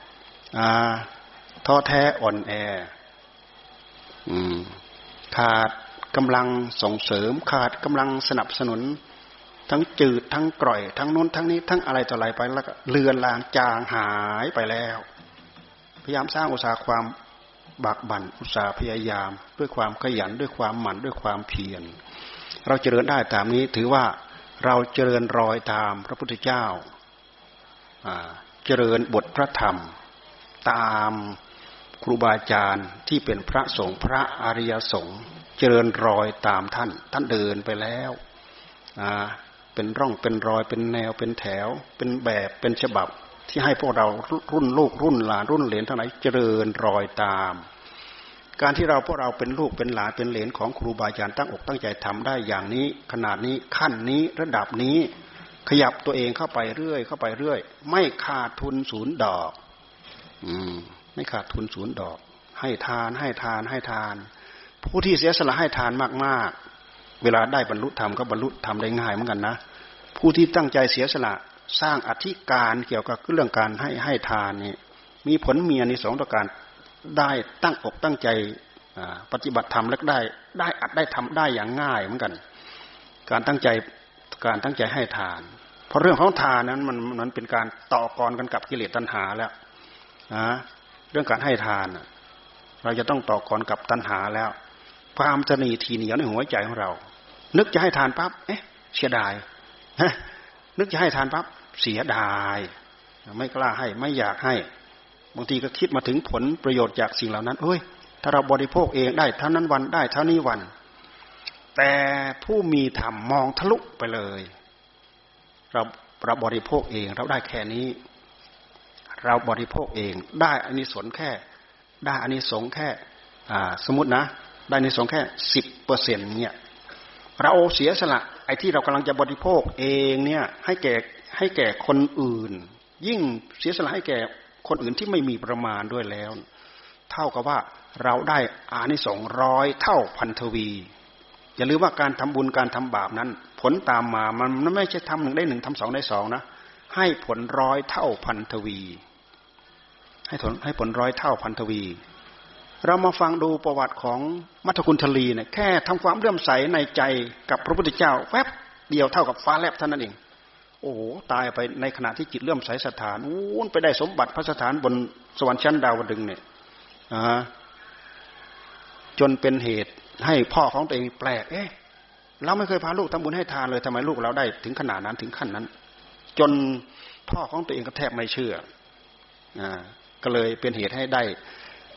ท้อแท้อ่อนแอขาดกำลังส่งเสริมขาดกำลังสนับสนุนทั้งจืดทั้งกร่อยทั้งนู้นทั้งนี้ทั้งอะไรต่ออะไรไปแล้วก็เลือนลางจางหายไปแล้วพยายามสร้างอุตสาหความบากบั่นอุตสาห์พยายามด้วยความขยันด้วยความหมั่นด้วยความเพียรเราเจริญได้ตามนี้ถือว่าเราเจริญรอยตามพระพุทธเจ้าเจริญบทพระธรรมตามครูบาอาจารย์ที่เป็นพระสงฆ์พระอริยสงฆ์เจริญรอยตามท่านท่านเดินไปแล้วเป็นร่องเป็นรอยเป็นแนวเป็นแถวเป็นแบบเป็นฉบับที่ให้พวกเรารุ่นลูกรุ่นหลานรุ่นเหลนทั้งหลายเจริญรอยตามการที่เราพวกเราเป็นลูกเป็นหลานเป็นเหลนของครูบาอาจารย์ตั้งอกตั้งใจทำได้อย่างนี้ขนาดนี้ขั้นนี้ระดับนี้ขยับตัวเองเข้าไปเรื่อยเข้าไปเรื่อยไม่ขาดทุนศูนย์ดอกอืมไม่ขาดทุนศูนย์ดอกให้ทานให้ทานให้ทานผู้ที่เสียสละให้ทานมากๆเวลาได้บรรลุธรรมก็บรรลุธรรมได้ง่ายเหมือนกันนะผู้ที่ตั้งใจเสียสละสร้างอธิการเกี่ยวกับเรื่องการให้ให้ทานนี่มีผลมีอานิสงส์ต่อการได้ตั้งอกตั้งใจปฏิบัติธรรมและได้ได้อัดได้ทำได้อย่างง่ายเหมือนกันการตั้งใจการตั้งใจให้ทานเพราะเรื่องของทานนั้นมันมันเป็นการต่อกรกันกับกิเลสตัณหาแล้วนะเรื่องการให้ทานเราจะต้องต่อกรกับตัณหาแล้วความตนีทีเหนียวในหัวใจของเรานึกจะให้ทานปั๊บเอ๊ะเสียดายนึกจะให้ทานปั๊บเสียดายไม่กล้าให้ไม่อยากให้บางทีก็คิดมาถึงผลประโยชน์จากสิ่งเหล่านั้นเอ้ยถ้าเราบริโภคเองได้เท่านั้นวันได้เท่านี้วันแต่ผู้มีธรรมมองทะลุไปเลยเราเราบริโภคเองเราได้แค่นี้เราบริโภคเองได้อานิสงส์แค่ได้อานิสงส์แค่สมมตินะได้อานิสงส์แค่สิบเปอร์เซ็นต์เนี่ยเราเสียสละไอ้ที่เรากำลังจะบริโภคเองเนี่ยให้แก่ให้แก่คนอื่นยิ่งเสียสละให้แก่คนอื่นที่ไม่มีประมาณด้วยแล้วเท่ากับว่าเราได้อานิสงส์ร้อยเท่าพันทวีอย่าลืมว่าการทำบุญการทำบาปนั้นผลตามมามันไม่ใช่ทำหนึ่งได้หนึ่งทำสองได้สองนะให้ผลร้อยเท่าพันทวีให้ผลให้ผลร้อยเท่าพันทวีเรามาฟังดูประวัติของมัทธกุณฑลีเนี่ยแค่ทำความเลื่อมใสในใจกับพระพุทธเจ้าแวบเดียวเท่ากับฟ้าแลบเท่านั้นเองโอ้โหตายไปในขณะที่จิตเลื่อมใสศรัทธาอู้นไปได้สมบัติพระสถานบนสวรรค์ชั้นดาวดึงส์เนี่ยจนเป็นเหตุให้พ่อของตัวเองแปลกเอ๊ะเราไม่เคยพาลูกทำบุญให้ทานเลยทำไมลูกเราได้ถึงขนาดนั้นถึงขั้นนั้นจนพ่อของตัวเองก็แทบไม่เชื่ออ่าก็เลยเป็นเหตุให้ได้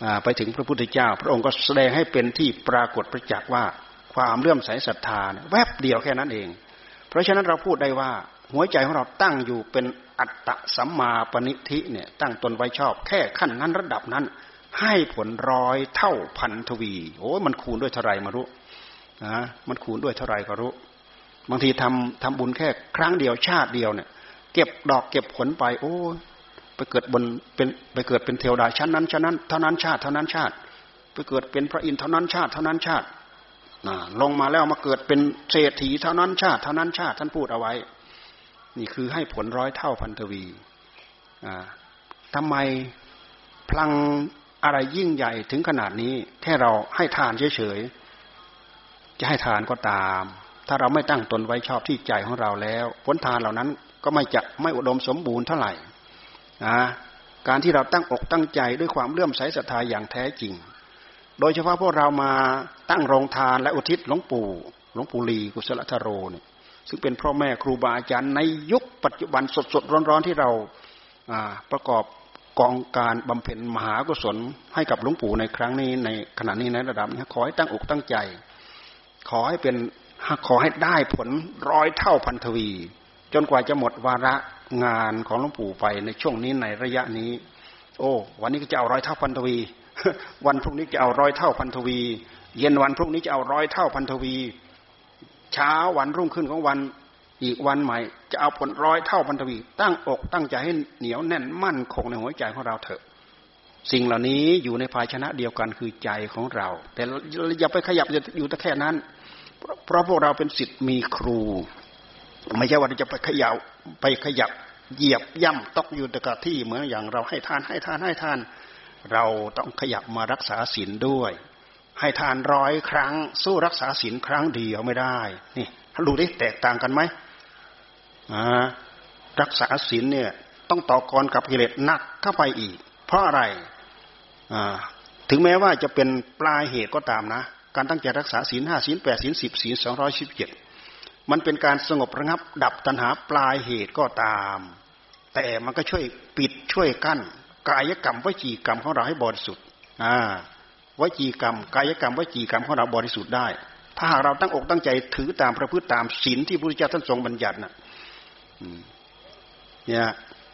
ไปถึงพระพุทธเจ้าพระองค์ก็แสดงให้เป็นที่ปรากฏประจักษ์ว่าความเลื่อมใสศรัทธาแวบเดียวแค่นั้นเองเพราะฉะนั้นเราพูดได้ว่าหัวใจของเราตั้งอยู่เป็นอัตตสัมมาปณิธิเนี่ยตั้งตนไว้ชอบแค่ขั้นนั้นระดับนั้นให้ผลร้อยเท่าพันทวีโอ้มันคูณด้วยเท่าไรมารู้นะมันคูณด้วยเท่าไรก็รู้บางทีทำทำบุญแค่ครั้งเดียวชาติเดียวเนี่ยเก็บดอกเก็บผลไปโอ้ไปเกิดบนเป็นไปเกิดเป็นเทวดาชั้นนั้นชั้นนั้นเท่านั้นชาติเท่านั้นชาติไปเกิดเป็นพระอินทร์เท่านั้นชาติเท่านั้นชาติลงมาแล้วมาเกิดเป็นเศรษฐีเท่านั้นชาติเท่านั้นชาติท่านพูดเอาไว้นี่คือให้ผลร้อยเท่าพันทวีทำไมพลังอะไรยิ่งใหญ่ถึงขนาดนี้แค่เราให้ทานเฉยๆจะให้ทานก็ตามถ้าเราไม่ตั้งตนไว้ชอบที่ใจของเราแล้วผลทานเหล่านั้นก็ไม่จะไม่อุดมสมบูรณ์เท่าไหร่นะการที่เราตั้งอกตั้งใจด้วยความเลื่อมใสศรัทธาอย่างแท้จริงโดยเฉพาะพวกเรามาตั้งโรงทานและอุทิศหลวงปู่หลวงปู่ลีกุศลธโรเนี่ยซึ่งเป็นพ่อแม่ครูบาอาจารย์ในยุคปัจจุบันสดๆร้อนๆที่เราประกอบกองการบำเพ็ญมหากุศลให้กับหลวงปู่ในครั้งนี้ในขณะนี้ในระดับนี้ขอให้ตั้งอกตั้งใจขอให้เป็นขอให้ได้ผลร้อยเท่าพันทวีจนกว่าจะหมดวาระงานของหลวงปู่ไปในช่วงนี้ในระยะนี้โอ้วันนี้ก็จะเอาร้อยเท่าพันทวีวันพรุ่งนี้จะเอาร้อยเท่าพันทวีเย็นวันพรุ่งนี้จะเอาร้อยเท่าพันทวีเช้าวันรุ่งขึ้นของวันอีกวันใหม่จะเอาผลร้อยเท่าพันทวีตั้งอกตั้งใจให้เหนียวแน่นมั่นคงในหัวใจของเราเถอะสิ่งเหล่านี้อยู่ในภาชนะเดียวกันคือใจของเราแต่อย่าไปขยับอยู่แต่แค่นั้นเพราะพวกเราเป็นศิษย์มีครูไม่ใช่ว่าจะไปขยับไปขยับเหยียบย่ำตอกอยู่แต่กับที่เหมือนอย่างเราให้ทานให้ทานให้ทานเราต้องขยับมารักษาศีลด้วยให้ทานร้อยครั้งสู้รักษาศีลครั้งเดียวไม่ได้นี่ดูดิแตกต่างกันไหมรักษาศีลเนี่ยต้องต่อกรกับกิเลสหนักเข้าไปอีกเพราะอะไรถึงแม้ว่าจะเป็นปลายเหตุก็ตามนะการตั้งใจรักษาศีลห้าศีลแปดศีลสิบศีลสองร้อยสิบเจ็ดมันเป็นการสงบระงับดับตัณหาปลายเหตุก็ตามแต่มันก็ช่วยปิดช่วยกั้นกายกรรมวจีกรรมของเราให้บริสุทธิ์วจีกรรมกายกรรมวจีกรรมของเราบริสุทธิ์ได้ถ้าหากเราตั้งอกตั้งใจถือตามประพฤติตามศีลที่พระพุทธเจ้าท่านทรงบัญญัติน่ะเนี่ย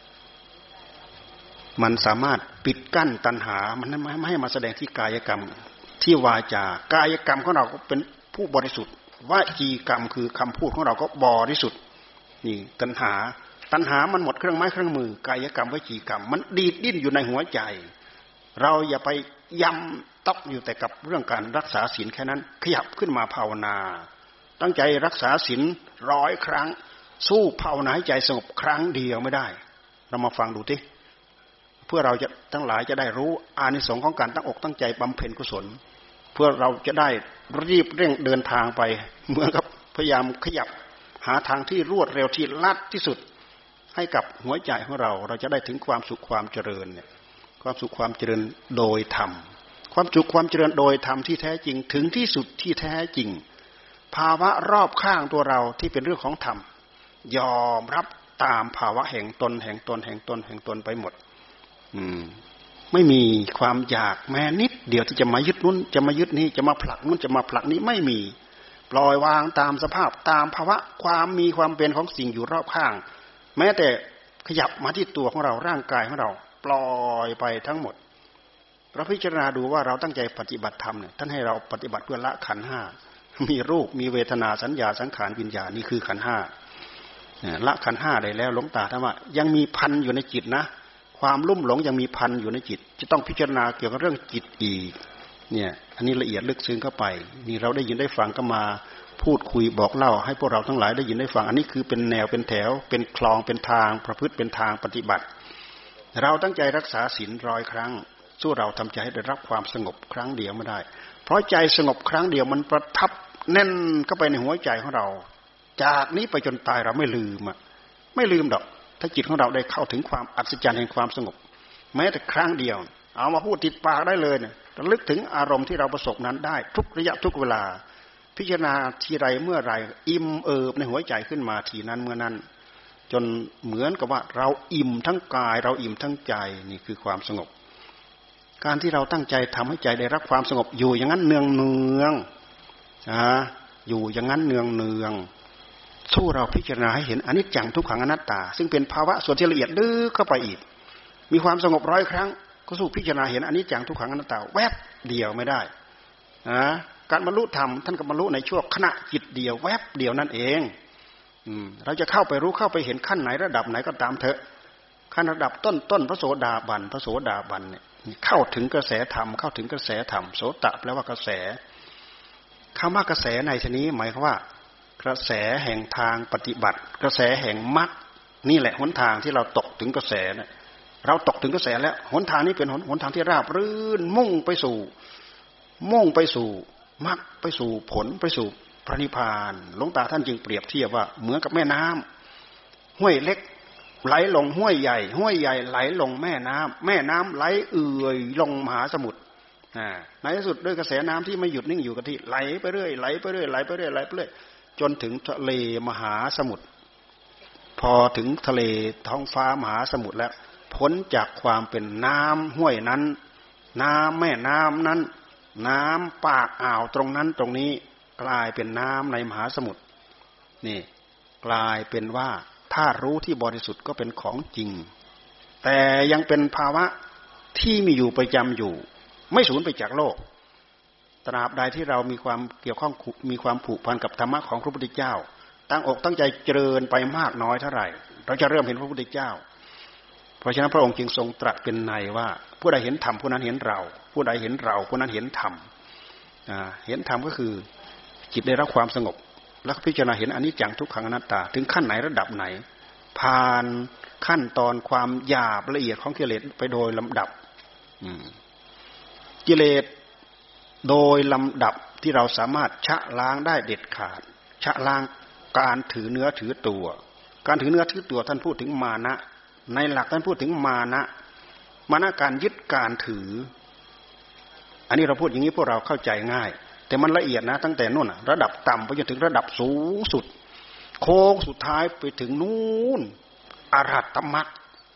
มันสามารถปิดกั้นตัณหามันไม่ให้มาแสดงที่กายกรรมที่วาจากายกรรมของเราก็เป็นผู้บริสุทธิ์วจีกรรมคือคำพูดของเราก็บริสุทธิ์นี่ตัณหาตัณหามันหมดเครื่องไม้เครื่องมือกายกรรมวจีกรรมมันดีดดิ้นอยู่ในหัวใจเราอย่าไปย้ำตอกอยู่แต่กับเรื่องการรักษาศีลแค่นั้นขยับขึ้นมาภาวนาตั้งใจรักษาศีลร้อยครั้งสู้ภาวนาให้ใจสงบครั้งเดียวไม่ได้เรามาฟังดูทีเพื่อเราจะทั้งหลายจะได้รู้อานิสงส์ของการตั้งอกตั้งใจบำเพ็ญกุศลเพื่อเราจะได้รีบเร่งเดินทางไปเหมือนกับพยายามขยับหาทางที่รวดเร็วที่ลัดที่สุดให้กับหัวใจของเราเราจะได้ถึงความสุขความเจริญเนี่ยความสุขความเจริญโดยธรรมความสุขความเจริญโดยธรรมที่แท้จริงถึงที่สุดที่แท้จริงภาวะรอบข้างตัวเราที่เป็นเรื่องของธรรมยอมรับตามภาวะแห่งตนแห่งตนแห่งตนแห่งตนไปหมดอืมไม่มีความอยากแม้นิดเดียวที่จะมายึดนู้นจะมายึดนี้จะมาผลักนู้นจะมาผลักนี้ไม่มีปล่อยวางตามสภาพตามภาวะความมีความเป็นของสิ่งอยู่รอบข้างแม้แต่ขยับมาที่ตัวของเราร่างกายของเราปล่อยไปทั้งหมดเราพิจารณาดูว่าเราตั้งใจปฏิบัติธรรมเนี่ยท่านให้เราปฏิบัติเพื่อละขันธ์ห้ามีรูปมีเวทนาสัญญาสังขารวิญญาณนี่คือขันธ์ห้าละขันธ์ห้าได้แล้วหลวงตาท่านว่ายังมีพันอยู่ในจิตนะความลุ่มหลงยังมีพันอยู่ในจิตจะต้องพิจารณาเกี่ยวกับเรื่องจิตอีกเนี่ยอันนี้ละเอียดลึกซึ้งเข้าไปนี่เราได้ยินได้ฟังก็มาพูดคุยบอกเล่าให้พวกเราทั้งหลายได้ยินได้ฟังอันนี้คือเป็นแนวเป็นแถวเป็นคลองเป็นทางประพฤติเป็นทางปฏิบัติเราตั้งใจรักษาศีลร้อยครั้งสู้เราทำใจให้ได้รับความสงบครั้งเดียวไม่ได้เพราะใจสงบครั้งเดียวมันประทับแน่นเข้าไปในหัวใจของเราจากนี้ไปจนตายเราไม่ลืมอ่ะไม่ลืมดอกถ้าจิตของเราได้เข้าถึงความอัศจรรย์แห่งความสงบแม้แต่ครั้งเดียวเอามาพูดติดปากได้เลยเนี่ยระลึกถึงอารมณ์ที่เราประสบนั้นได้ทุกระยะทุกเวลาพิจารณาทีไรเมื่อไรอิ่มเอิบในหัวใจขึ้นมาทีนั้นเมื่อนั้นจนเหมือนกับว่าเราอิ่มทั้งกายเราอิ่มทั้งใจนี่คือความสงบการที่เราตั้งใจทำให้ใจได้รับความสงบอยู่อย่างนั้นเนืองเนืองนะอยู่อย่างนั้นเนืองเนืองสู้เราพิจารณาให้เห็นอนิจจังทุกขังอนัตตาซึ่งเป็นภาวะส่วนที่ละเอียดลึกเข้าไปอีกมีความสงบร้อยครั้งก็สู้พิจารณาเห็นอนิจจังทุกขังอนัตตาแวบเดียวไม่ได้นะการบรรลุธรรมท่านก็บรรลุในช่วงขณะจิตเดียวแวบเดียวนั่นเองเราจะเข้าไปรู้เข้าไปเห็นขั้นไหนระดับไหนก็ตามเถอะขั้นระดับต้นต้นพระโสดาบันพระโสดาบันเนี่ยเข้าถึงกระแสธรรมเข้าถึงกระแสธรรมโสตะแปลว่ากระแสคำว่ากระแสในที่นี้หมายความว่ากระแสแห่งทางปฏิบัติกระแสแห่งมรรคนี่แหละหนทางที่เราตกถึงกระแสนะเราตกถึงกระแสแล้วหนทางนี้เป็นหนทางที่ราบรื่นมุ่งไปสู่มุ่งไปสู่มรรคไปสู่ผลไปสู่พระนิพพานหลวงตาท่านจึงเปรียบเทียบว่าเหมือนกับแม่น้ำห้วยเล็กไหลลงห้วยใหญ่ห้วยใหญ่ไหลลงแม่น้ำแม่น้ำไหลเอื่อยลงมหาสมุทรในที่สุดด้วยกระแสน้ำที่ไม่หยุดนิ่งอยู่กับที่ไหลไปเรื่อยไหลไปเรื่อยไหลไปเรื่อยไหลไปเรื่อยจนถึงทะเลมหาสมุทรพอถึงทะเลท้องฟ้ามหาสมุทรแล้วพ้นจากความเป็นน้ำห้วยนั้นน้ำแม่น้ำนั้นน้ำปากอ่าวตรงนั้นตรงนี้กลายเป็นน้ำในมหาสมุทรนี่กลายเป็นว่าถ้ารู้ที่บริสุทธิ์ก็เป็นของจริงแต่ยังเป็นภาวะที่มีอยู่ประจำอยู่ไม่สูญไปจากโลกตราบใดที่เรามีความเกี่ยวข้องมีความผูกพันกับธรรมะของพระพุทธเจ้าตั้งอกตั้งใจเจริญไปมากน้อยเท่าไหร่เราจะเริ่มเห็นพระพุทธเจ้าเพราะฉะนั้นพระองค์จึงทรงตรัสเป็นในว่าผู้ใดเห็นธรรมผู้นั้นเห็นเราผู้ใดเห็นเราผู้นั้นเห็นธรรมเห็นธรรมก็คือจิตได้รับความสงบแล้วพิจารณาเห็นอนิจจังทุกขังอนัตตาถึงขั้นไหนระดับไหนผ่านขั้นตอนความหยาบละเอียดของกิเลสไปโดยลำดับกิเลสโดยลำดับที่เราสามารถชะล้างได้เด็ดขาดชะล้างการถือเนื้อถือตัวการถือเนื้อถือตัวท่านพูดถึงมานะในหลักท่านพูดถึงมานะมานะการยึดการถืออันนี้เราพูดอย่างนี้พวกเราเข้าใจง่ายแต่มันละเอียดนะตั้งแต่นู่นระดับต่ำไปจนถึงระดับสูงสุดโค้งสุดท้ายไปถึงนู่นอรหัตตมรรค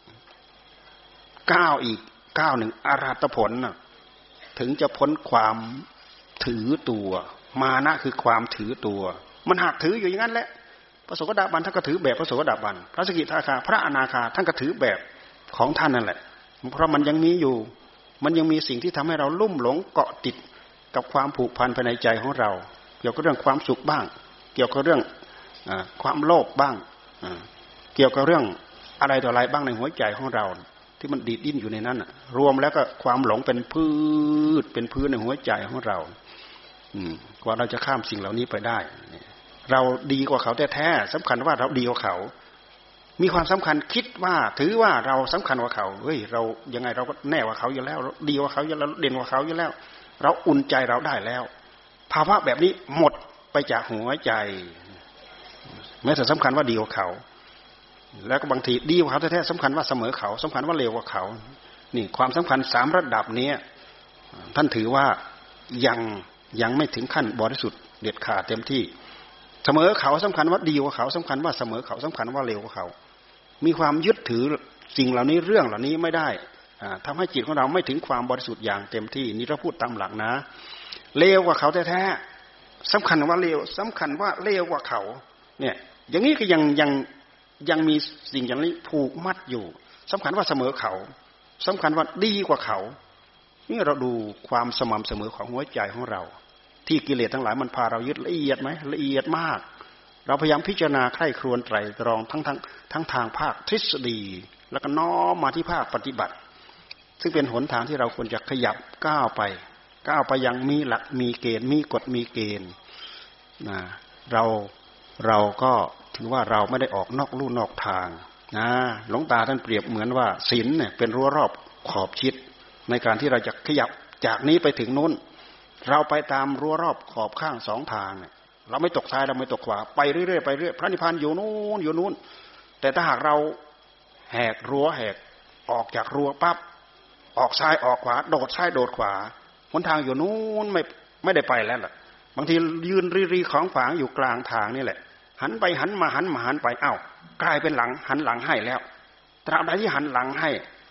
ก้าวอีกก้าวหนึ่งอรหัตผลนะถึงจะพ้นความถือตัวมานะคือความถือตัวมันหักถืออยู่อย่างนั้นแหละพระโสดาบันท่านก็ถือแบบพระโสดาบันพระสกิทาคาพระอนาคาท่านก็ถือแบบของท่านนั่นแหละเพราะมันยังมีอยู่มันยังมีสิ่งที่ทำให้เราลุ่มหลงเกาะติดกับความผูกพันภายในใจของเราเกี่ยวกับเรื่องความสุขบ้างเกี่ยวกับเรื่องความโลภบ้างเกี่ยวกับเรื่องอะไรต่ออะไรบ้างในหัวใจของเราที่มันดีดดิ้นอยู่ในนั้นรวมแล้วก็ความหลงเป็นพืชเป็นพื้นในหัวใจของเรากว่าเราจะข้ามสิ่งเหล่านี้ไปได้เราดีกว่าเขาแท้ๆสำคัญว่าเราดีกว่าเขามีความสำคัญคิดว่าถือว่าเราสำคัญกว่าเขาเฮ้ยเรายังไงเราก็แน่กว่าเขาอยู่แล้วดีกว่าเขาอยู่แล้วเด่นกว่าเขาอยู่แล้วเราอุ่นใจเราได้แล้วภาวะแบบนี้หมดไปจากหัวใจแม้แต่สำคัญว่าดีกว่าเขาแล้วก็บางทีดีกว่าเขาแท้ๆสำคัญว่าเสมอเขาสำคัญว่าเลวกว่าเขานี่ความสำคัญสามระดับนี้ท่านถือว่ายังยังไม่ถึงขั้นบริสุทธิ์เด็ดขาดเต็มที่เสมอเขาสำคัญว่าดีกว่าเขาสำคัญว่าเสมอเขาสำคัญว่าเลวกว่าเขามีความยึดถือสิ่งเหล่านี้เรื่องเหล่านี้ไม่ได้ทำให้จิตของเราไม่ถึงความบริสุทธิ์อย่างเต็มที่นี่เราพูดตามหลักนะเลวกว่าเขาแท้ๆสำคัญว่าเลวสำคัญว่าเลวกว่าเขาเนี่ยอย่างนี้ก็ยังยังยังมีสิ่งอย่างนี้ผูกมัดอยู่สำคัญว่าเสมอเขาสำคัญว่าดีกว่าเขานี่เราดูความสม่ำเสมอของหัวใจของเราที่กิเลสทั้งหลายมันพาเรายึดละเอียดไหมละเอียดมากเราพยายามพิจารณาใคร่ครวญไตรตรองทั้งทั้งทั้งทางภาคทฤษฎีแล้วก็น้อมมาที่ภาคปฏิบัติซึ่งเป็นหนทางที่เราควรจะขยับก้าวไปก้าวไปยังมีหลักมีเกณฑ์มีกฎมีเกณฑ์นะเราเราก็ถือว่าเราไม่ได้ออกนอกลู่นอกทางนะหลวงตาท่านเปรียบเหมือนว่าศีลเนี่ยเป็นรั้วรอบขอบชิดในการที่เราจะขยับจากนี้ไปถึงนู้นเราไปตามรั้วรอบขอบข้างสองทางเนี่ยเราไม่ตกซ้ายเราไม่ตกขวาไปเรื่อยๆไปเรื่อยพระนิพพานอยู่นู้นอยู่นู้นแต่ถ้าหากเราแหกรั้วแหกออกจากรั้วปั๊บออกซ้ายออกขวาโดดซ้ายโดดขวาหนทางอยู่นู้นไม่ไม่ได้ไปแล้วล่ะบางทียืนรีๆของขวางอยู่กลางทางนี่แหละหันไปหันมาหันมาหันไปอ้าวกลายเป็นหลังหันหลังให้แล้วตราบใดที่หันหลังให้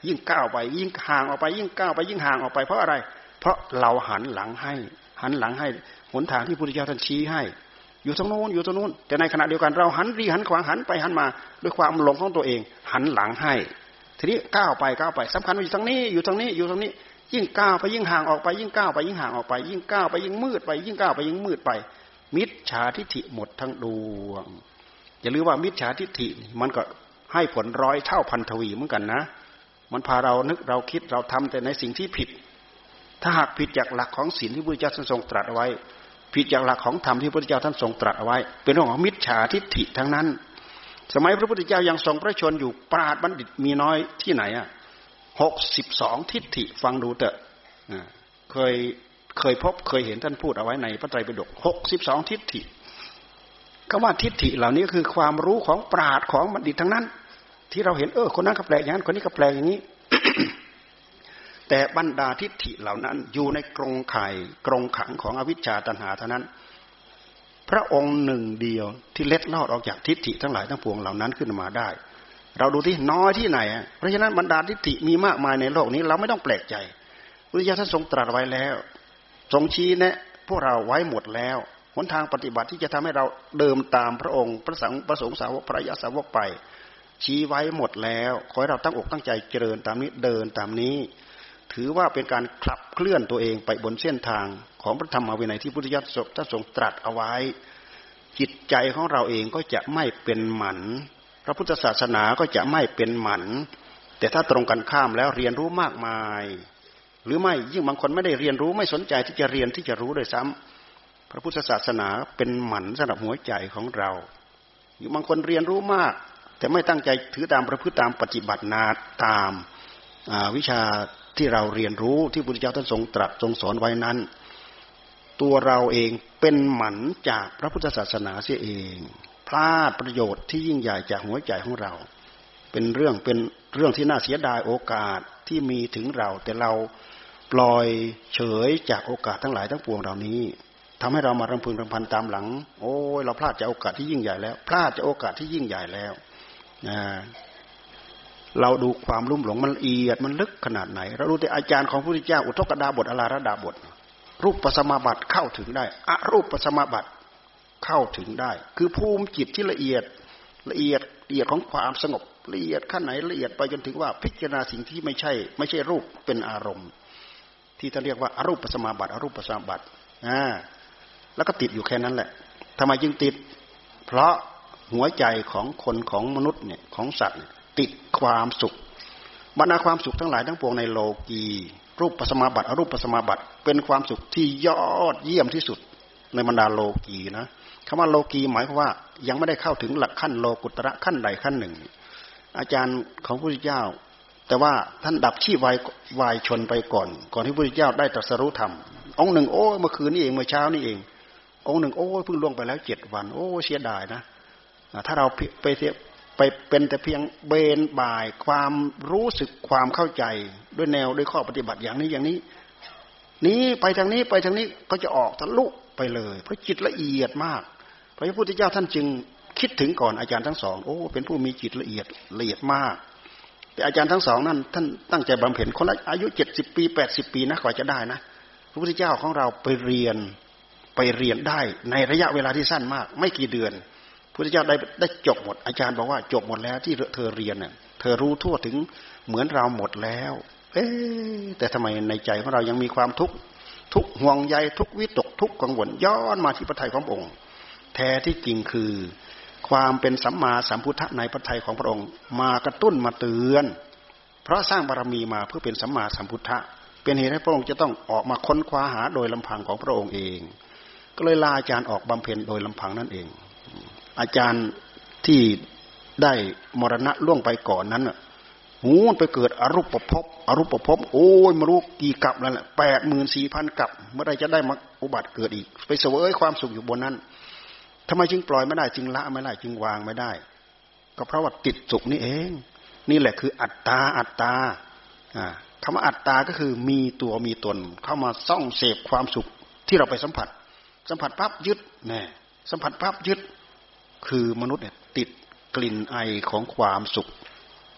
ยิ่งก้าวไปยิ่งห่างออกไปยิ่งก้าวไปยิ่งห่างออกไปเพราะอะไรเพราะเราหันหลังให้หันหลังให้หนทางที่พระพุทธเจ้าท่านชี้ให้อยู่ตรงโน้นอยู่ตรงโน้นแต่ในขณะเดียวกันเราหันรีหันขวาหันไปหันมาด้วยความหลงของตัวเองหันหลังให้ทีนี้ก้าวไปก้าวไปสำคัญว่าอยู่ตรงนี้อยู่ตรงนี้อยู่ตรงนี้ยิ่งก้าวไปยิ่งห่างออกไปยิ่งก้าวไปยิ่งห่างออกไปยิ่งก้าวไปยิ่งมืดไปยิ่งก้าวไปยิ่งมืดไปมิจฉาทิฏฐิหมดทั้งดวงอย่าลืมว่ามิจฉาทิฏฐิมันก็ให้ผลร้อยเท่าพันทวีเหมือนกันนะมันพาเรานึกเราคิดเราทำแต่ในสิ่งที่ผิดถ้าหากผิดจากหลักของศีลที่พระพุทธเจ้าท่านทรงตรัสเอาไว้ผิดจากหลักของธรรมที่พระพุทธเจ้าท่านทรงตรัสเอาไว้เป็นเรื่องของมิจฉาทิฏฐิทั้งนั้นสมัยพระพุทธเจ้ายังทรงพระชนอยู่ปราชญ์บัณฑิตมีน้อยที่ไหนอ่ะหกสิบสองทิฏฐิฟังดูเถอะเคยเคยพบเคยเห็นท่านพูดเอาไว้ในพระไตรปิฎกหกสิบสองทิฏฐิคำว่าทิฏฐิเหล่านี้ก็คือความรู้ของปราชญ์ของบัณฑิตทั้งนั้นที่เราเห็นเออคนนั้นก็แปลกอย่างนั้นคนนี้ก็แปลกอย่างนี้ แต่บรรดาทิฏฐิเหล่านั้นอยู่ในกรงข่ายกรงขังของอวิชชาตัณหาเท่านั้นพระองค์หนึ่งเดียวที่เล็ดลอดออกจากทิฏฐิทั้งหลายทั้งปวงเหล่านั้นขึ้นมาได้เราดูที่น้อยที่ไหนเพราะฉะนั้นบรรดาทิฏฐิมีมากมายในโลกนี้เราไม่ต้องแปลกใจพระพุทธเจ้าท่านทรงตรัสไว้แล้วทรงชี้แนะพวกเราไว้หมดแล้วหนทางปฏิบัติที่จะทำให้เราเดินตามพระองค์พระสังฆพระสงฆ์สาวกพระอริยสาวกไปชี้ไว้หมดแล้วขอให้เราตั้งอกตั้งใจเจริญตามนี้เดินตามนี้ถือว่าเป็นการขับเคลื่อนตัวเองไปบนเส้นทางของพระธรรมวินัยที่พุทธเจ้าท่านทรงตรัสเอาไว้จิตใจของเราเองก็จะไม่เป็นหมันพระพุทธศาสนาก็จะไม่เป็นหมันแต่ถ้าตรงกันข้ามแล้วเรียนรู้มากมายหรือไม่ยิ่งบางคนไม่ได้เรียนรู้ไม่สนใจที่จะเรียนที่จะรู้ด้วยซ้ำพระพุทธศาสนาเป็นหมันสำหรับหัวใจของเราอยู่บางคนเรียนรู้มากแต่ไม่ตั้งใจถือตามประพฤติตามปฏิบัตินาตามวิชาที่เราเรียนรู้ที่พระพุทธเจ้าท่านทรงตรัสทรงสอนไว้นั้นตัวเราเองเป็นหมันจากพระพุทธศาสนาเสียเองพลาดประโยชน์ที่ยิ่งใหญ่จากหัวใจของเราเป็นเรื่องเป็นเรื่องที่น่าเสียดายโอกาสที่มีถึงเราแต่เราปล่อยเฉยจากโอกาสทั้งหลายทั้งปวงเหล่านี้ทำให้เรามารำพึงรำพันตามหลังโอ้ยเราพลาดจากโอกาสที่ยิ่งใหญ่แล้วพลาดจากโอกาสที่ยิ่งใหญ่แล้วนะเราดูความลุ่มหลงมันละเอียดมันลึกขนาดไหนเราดูแต่อาจารย์ของพระพุทธเจ้าอุทกดาบทอลาระดาบทรูปปัสมาบัติเข้าถึงได้อรูปปัสมาบัติเข้าถึงได้คือภูมิจิตที่ละเอียดละเอียดละเอียดของความสงบละเอียดขั้นไหนละเอียดไปจนถึงว่าพิจารณาสิ่งที่ไม่ใช่ไม่ใช่รูปเป็นอารมณ์ที่ท่านเรียกว่าอรูปปัสมาบัติอรูปปัสมาบัติอ่าแล้วก็ติดอยู่แค่นั้นแหละทำไมจึงติดเพราะหัวใจของคนของมนุษย์เนี่ยของสัตว์ติดความสุขบรรดาความสุขทั้งหลายทั้งปวงในโลกีรูปปัสมาบัติอรูปปัสมาบัติเป็นความสุขที่ยอดเยี่ยมที่สุดในบรรดาโลกีนะคำว่าโลกีหมายความว่ายังไม่ได้เข้าถึงหลักขั้นโลกุตระขั้นใดขั้นหนึ่งอาจารย์ของพระพุทธเจ้าแต่ว่าท่านดับชีพวายวายชนไปก่อนก่อนที่พระพุทธเจ้าได้ตรัสรู้ธรรมองค์หนึ่งโอ้เมื่อคืนนี้เองเมื่อเช้านี้เององค์หนึ่งโอ้เพิ่งล่วงไปแล้วเจ็ดวันโอ้เสียดายนะถ้าเราไปไปเป็นแต่เพียงเบนบ่ายความรู้สึกความเข้าใจด้วยแนวด้วยข้อปฏิบัติอย่างนี้อย่างนี้นี้ไปทางนี้ไปทางนี้ก็จะออกทะลุไปเลยเพราะจิตละเอียดมากพระพุทธเจ้าท่านจึงคิดถึงก่อนอาจารย์ทั้งสองโอ้เป็นผู้มีจิตละเอียดละเอียดมากแต่อาจารย์ทั้งสองนั้นท่านตั้งใจบำเพ็ญคนละอายุเจ็ดสิบปีแปดสิบปีนะกว่าจะได้นะพระพุทธเจ้าของเราไปเรียนไปเรียนได้ในระยะเวลาที่สั้นมากไม่กี่เดือนพระพุทธเจ้าได้ได้จบหมดอาจารย์บอกว่าจบหมดแล้วที่เธอเรียนเนี่ยเธอรู้ทั่วถึงเหมือนเราหมดแล้วเอ๊ะแต่ทำไมในใจของเรายังมีความทุกข์ทุกห่วงใยทุกวิตกทุกกังวลย้อนมาที่พระทัยของพระองค์แท้ที่จริงคือความเป็นสัมมาสัมพุทธะในพระทัยของพระองค์มากระตุ้นมาเตือนเพราะสร้างบารมีมาเพื่อเป็นสัมมาสัมพุทธะเป็นเหตุให้พระองค์จะต้องออกมาค้นคว้าหาโดยลำพังของพระองค์เองก็เลยลาอาจารย์ออกบำเพ็ญโดยลำพังนั่นเองอาจารย์ที่ได้มรณะล่วงไปก่อนนั้นหูไปเกิดอรูปภพอรูปภพโอ้ยไม่รู้กี่กับแล้วแหละแปดหมื่นสี่พันกับเมื่อไรจะได้มาอุบัติเกิดอีกไปเสวยความสุขอยู่บนนั้นทำไมจึงปล่อยไม่ได้จึงละไม่ได้จึงวางไม่ได้ก็เพราะว่าติดสุขนี่เองนี่แหละคืออัตตาอัตตาคำว่าอัตตาก็คือมีตัวมีตนเข้ามาซ่องเสพความสุขที่เราไปสัมผัสสัมผัสปั๊บยึดแน่สัมผัสปั๊บยึดคือมนุษย์เนี่ยติดกลิ่นไอของความสุข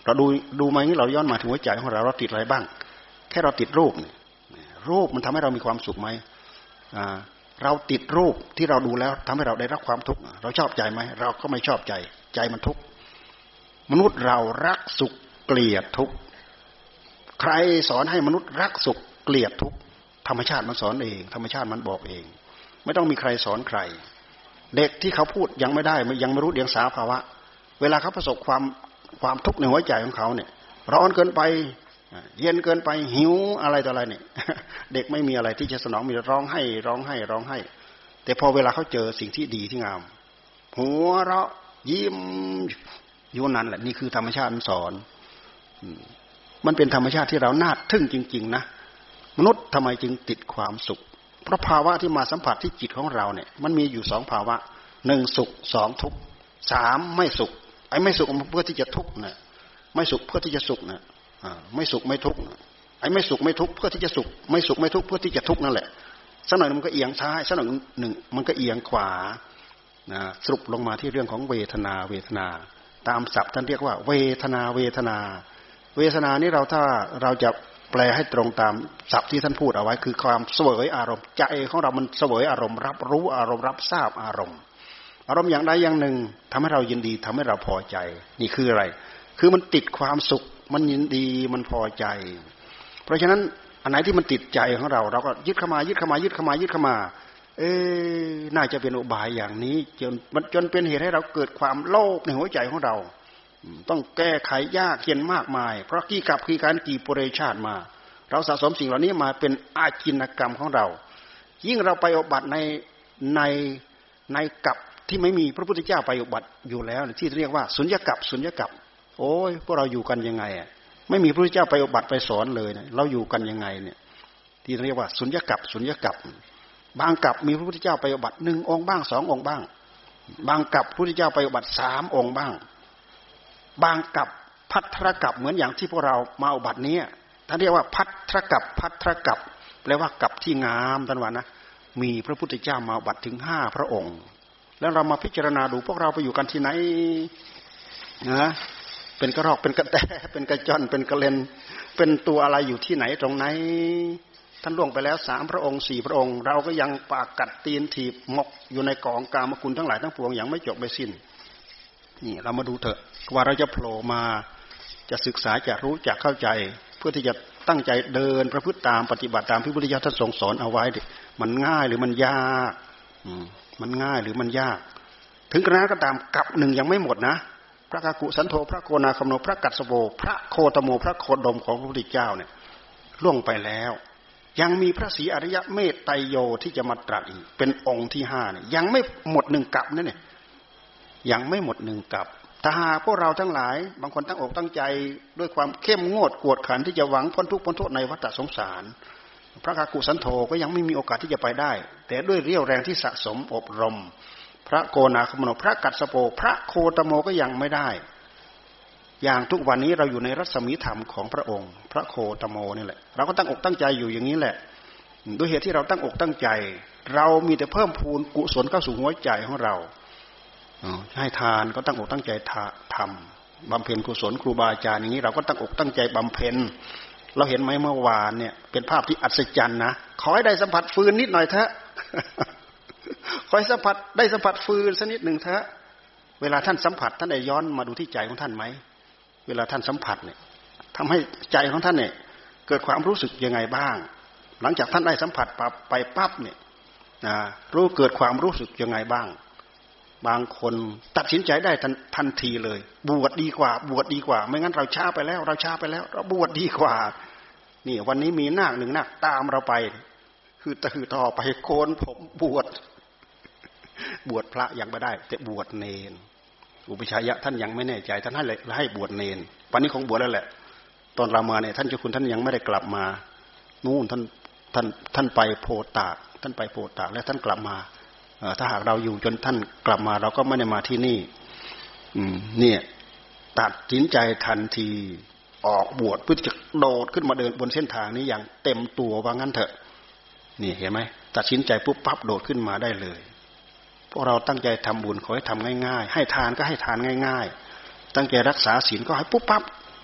เราดูดูมาอย่างนี้เราย้อนมาถึงหัวใจของเราเราติดอะไรบ้างแค่เราติดรูปรูปมันทำให้เรามีความสุขไหมเราติดรูปที่เราดูแล้วทำให้เราได้รับความทุกข์เราชอบใจไหมเราก็ไม่ชอบใจใจมันทุกข์มนุษย์เรารักสุขเกลียดทุกข์ใครสอนให้มนุษย์รักสุขเกลียดทุกข์ธรรมชาติมันสอนเองธรรมชาติมันบอกเองไม่ต้องมีใครสอนใครเด็กที่เขาพูดยังไม่ได้ยังไม่รู้เดียงสาภาวะเวลาเขาประสบความความทุกข์ในหัวใจของเขาเนี่ยร้อนเกินไปเย็นเกินไปหิวอะไรต่ออะไรเนี่ยเด็กไม่มีอะไรที่จะสนองมีร้องให้ร้องให้ร้องให้แต่พอเวลาเขาเจอสิ่งที่ดีที่งามหัวเราะยิ้มอยู่นั้นแหละนี่คือธรรมชาติมันสอนมันเป็นธรรมชาติที่เราน่าทึ่งจริงๆนะมนุษย์ทำไมจึงติดความสุขเพราะภาวะที่มาสัมผัสที่จิตของเราเนี่ยมันมีอยู่สองภาวะหนึ่งสุขสองทุกข์สามไม่สุขไอ้ไม่สุขเพื่อที่จะทุกข์นะไม่สุขเพื่อที่จะสุขนะไม่สุขไม่ทุกข์ไอ้ไม่สุขไม่ทุกข์เพื่อที่จะสุขไม่สุขไม่ทุกข์เพื่อที่จะทุกข์นั่นแหละสักหน่อยมันก็เอียงซ้ายสักหน่อยหนึ่งมันก็เอียงขวานะสรุปลงมาที่เรื่องของเวทนาเวทนาตามศัพท์ท่านเรียกว่าเวทนาเวทนาเวทนานี้เราถ้าเราจะแปลให้ตรงตามศัพท์ที่ท่านพูดเอาไว้คือความเสวยอารมณ์ใจของเรามันเสวยอารมณ์รับรู้อารมณ์รับทราบอารมณ์อารมณ์อย่างใดอย่างหนึ่งทำให้เรายินดีทำให้เราพอใจนี่คืออะไรคือมันติดความสุขมันยินดีมันพอใจเพราะฉะนั้นอันไหนที่มันติดใจของเราเราก็ยึดเข้ามายึดเข้ามายึดเข้ามายึดเข้ามาเอ๊ะน่าจะเป็นอุบายอย่างนี้จนมันจนเป็นเหตุให้เราเกิดความโลภในหัวใจของเราต้องแก้ไขยากเย็นมากมายเพราะกี่กับกี่การกี่ปุเรชาติมาเราสะสมสิ่งเหล่านี้มาเป็นอาจินกรรมของเรายิ่งเราไปอบบัติในในในกับที่ไม่มีพระพุทธเจ้าไปอบบัติอยู่แล้วที่เรียกว่าสุญญกัปสุญญกัปโอ้ยพวกเราอยู่กันยังไงอ่ะไม่มีพระพุทธเจ้าไปอบบัติไปสอนเลยเนี่ยเราอยู่กันยังไงเนี่ยที่เรียกว่าสุญญกัปสุญญกัปบางกับมีพระพุทธเจ้าไปอบบัติหนึ่งองค์บ้างสององค์บ้างบางกับพระพุทธเจ้าไปอบบัติสามองค์บ้างบางกับพัทรกับเหมือนอย่างที่พวกเรามาอบบัตินี้ท่านเรียกว่าพัทรกับพัทรกับแปลว่ากับที่งามท่านว่านะมีพระพุทธเจ้ามาอบบัติถึงห้าพระองค์แล้วเรามาพิจารณาดูพวกเราไปอยู่กันที่ไหนนะเป็นกระรอกเป็นกระแตเป็นกระจอนเป็นกระเลนเป็นตัวอะไรอยู่ที่ไหนตรงไหนท่านล่วงไปแล้วสามพระองค์สี่พระองค์เราก็ยังปากกัดตีนถีบหมกอยู่ในกองกามคุณทั้งหลายทั้งปวงอย่างไม่จบไม่สิ้นนี่เรามาดูเถอะว่าเราจะโผล่มาจะศึกษาจะรู้จะเข้าใจเพื่อที่จะตั้งใจเดินประพฤติตามปฏิบัติตามที่พระพุทธเจ้าท่านทรงสอนเอาไว้มันง่ายหรือมันยากมันง่ายหรือมันยากถึงกระนั้นก็ตามกับหนึ่งยังไม่หมดนะพระกากุสันโธพระโกนาคัมโนพระกัสสโปพระโคตโมพระโคดมของพระพุทธเจ้าเนี่ยล่วงไปแล้วยังมีพระศรีอริยเมตไตรโยที่จะมาตรัสอีกเป็นองค์ที่ห้าเนี่ยยังไม่หมดหนึ่งกับนั่นเนี่ยยังไม่หมดหนึ่งกับถ้าหากพวกเราทั้งหลายบางคนตั้งอกตั้งใจด้วยความเข้มงวดกวดขันที่จะหวังพ้นทุกข์พ้นโทษในวัฏสงสารพระกากุสันโธก็ยังไม่มีโอกาสที่จะไปได้แต่ด้วยเรี่ยวแรงที่สะสมอบรมพระโกนาคัมโนพระกัสสโปพระโคตโมก็ยังไม่ได้อย่างทุกวันนี้เราอยู่ในรัศมีธรรมของพระองค์พระโคตโมนี่แหละเราก็ตั้งอกตั้งใจอยู่อย่างนี้แหละด้วยเหตุที่เราตั้งอกตั้งใจเรามีแต่เพิ่มพูนกุศลเข้าสู่หัวใจของเราให้ทานก็ตั้งอกตั้งใจทำบำเพ็ญกุศลครูบาอาจารย์อย่างนี้เราก็ตั้งอกตั้งใจบำเพ็ญเราเห็นไหมเมื่อวานเนี่ยเป็นภาพที่อัศจรรย์นะขอให้ได้สัมผัสฟืนนิดหน่อยเถอะขอให้สัมผัสได้สัมผัสฟืนสักนิดหนึ่งเถอะเวลาท่านสัมผัสท่านได้ย้อนมาดูที่ใจของท่านไหมเวลาท่านสัมผัสเนี่ยทำให้ใจของท่านเนี่ยเกิดความรู้สึกยังไงบ้างหลังจากท่านได้สัมผัสไปปั๊บเนี่ยรู้เกิดความรู้สึกยังไงบ้างบางคนตัดสินใจได้ทันทีเลยบวชดีกว่าบวชดีกว่าไม่งั้นเราช้าไปแล้วเราช้าไปแล้วเราบวชดีกว่านี่วันนี้มีนาคหนึ่งนาคตามเราไปคือตะคือต่อไปโกนผมบวชบวชพระยังไม่ได้แต่บวชเนรอุปชัยยะท่านยังไม่แน่ใจท่านให้เลยให้บวชเนรวันนี้คงบวชแล้วแหละตอนเรามาเนี่ยท่านเจ้าคุณท่านยังไม่ได้กลับมานู่นท่านท่านท่านไปโพตากท่านไปโพตากแล้วท่านกลับมาถ้าหากเราอยู่จนท่านกลับมาเราก็ไม่ได้มาที่นี่เนี่ยตัดสินใจทันทีออกบวชเพื่อจะโดดขึ้นมาเดินบนเส้นทางนี้อย่างเต็มตัวว่างั้นเถอะนี่เห็นไหมตัดสินใจปุ๊บปั๊บโดดขึ้นมาได้เลยพวกเราตั้งใจทำบุญขอให้ทำง่ายๆให้ทานก็ให้ทานง่ายๆตั้งใจรักษาศีลก็ให้ปุ๊บปั๊บ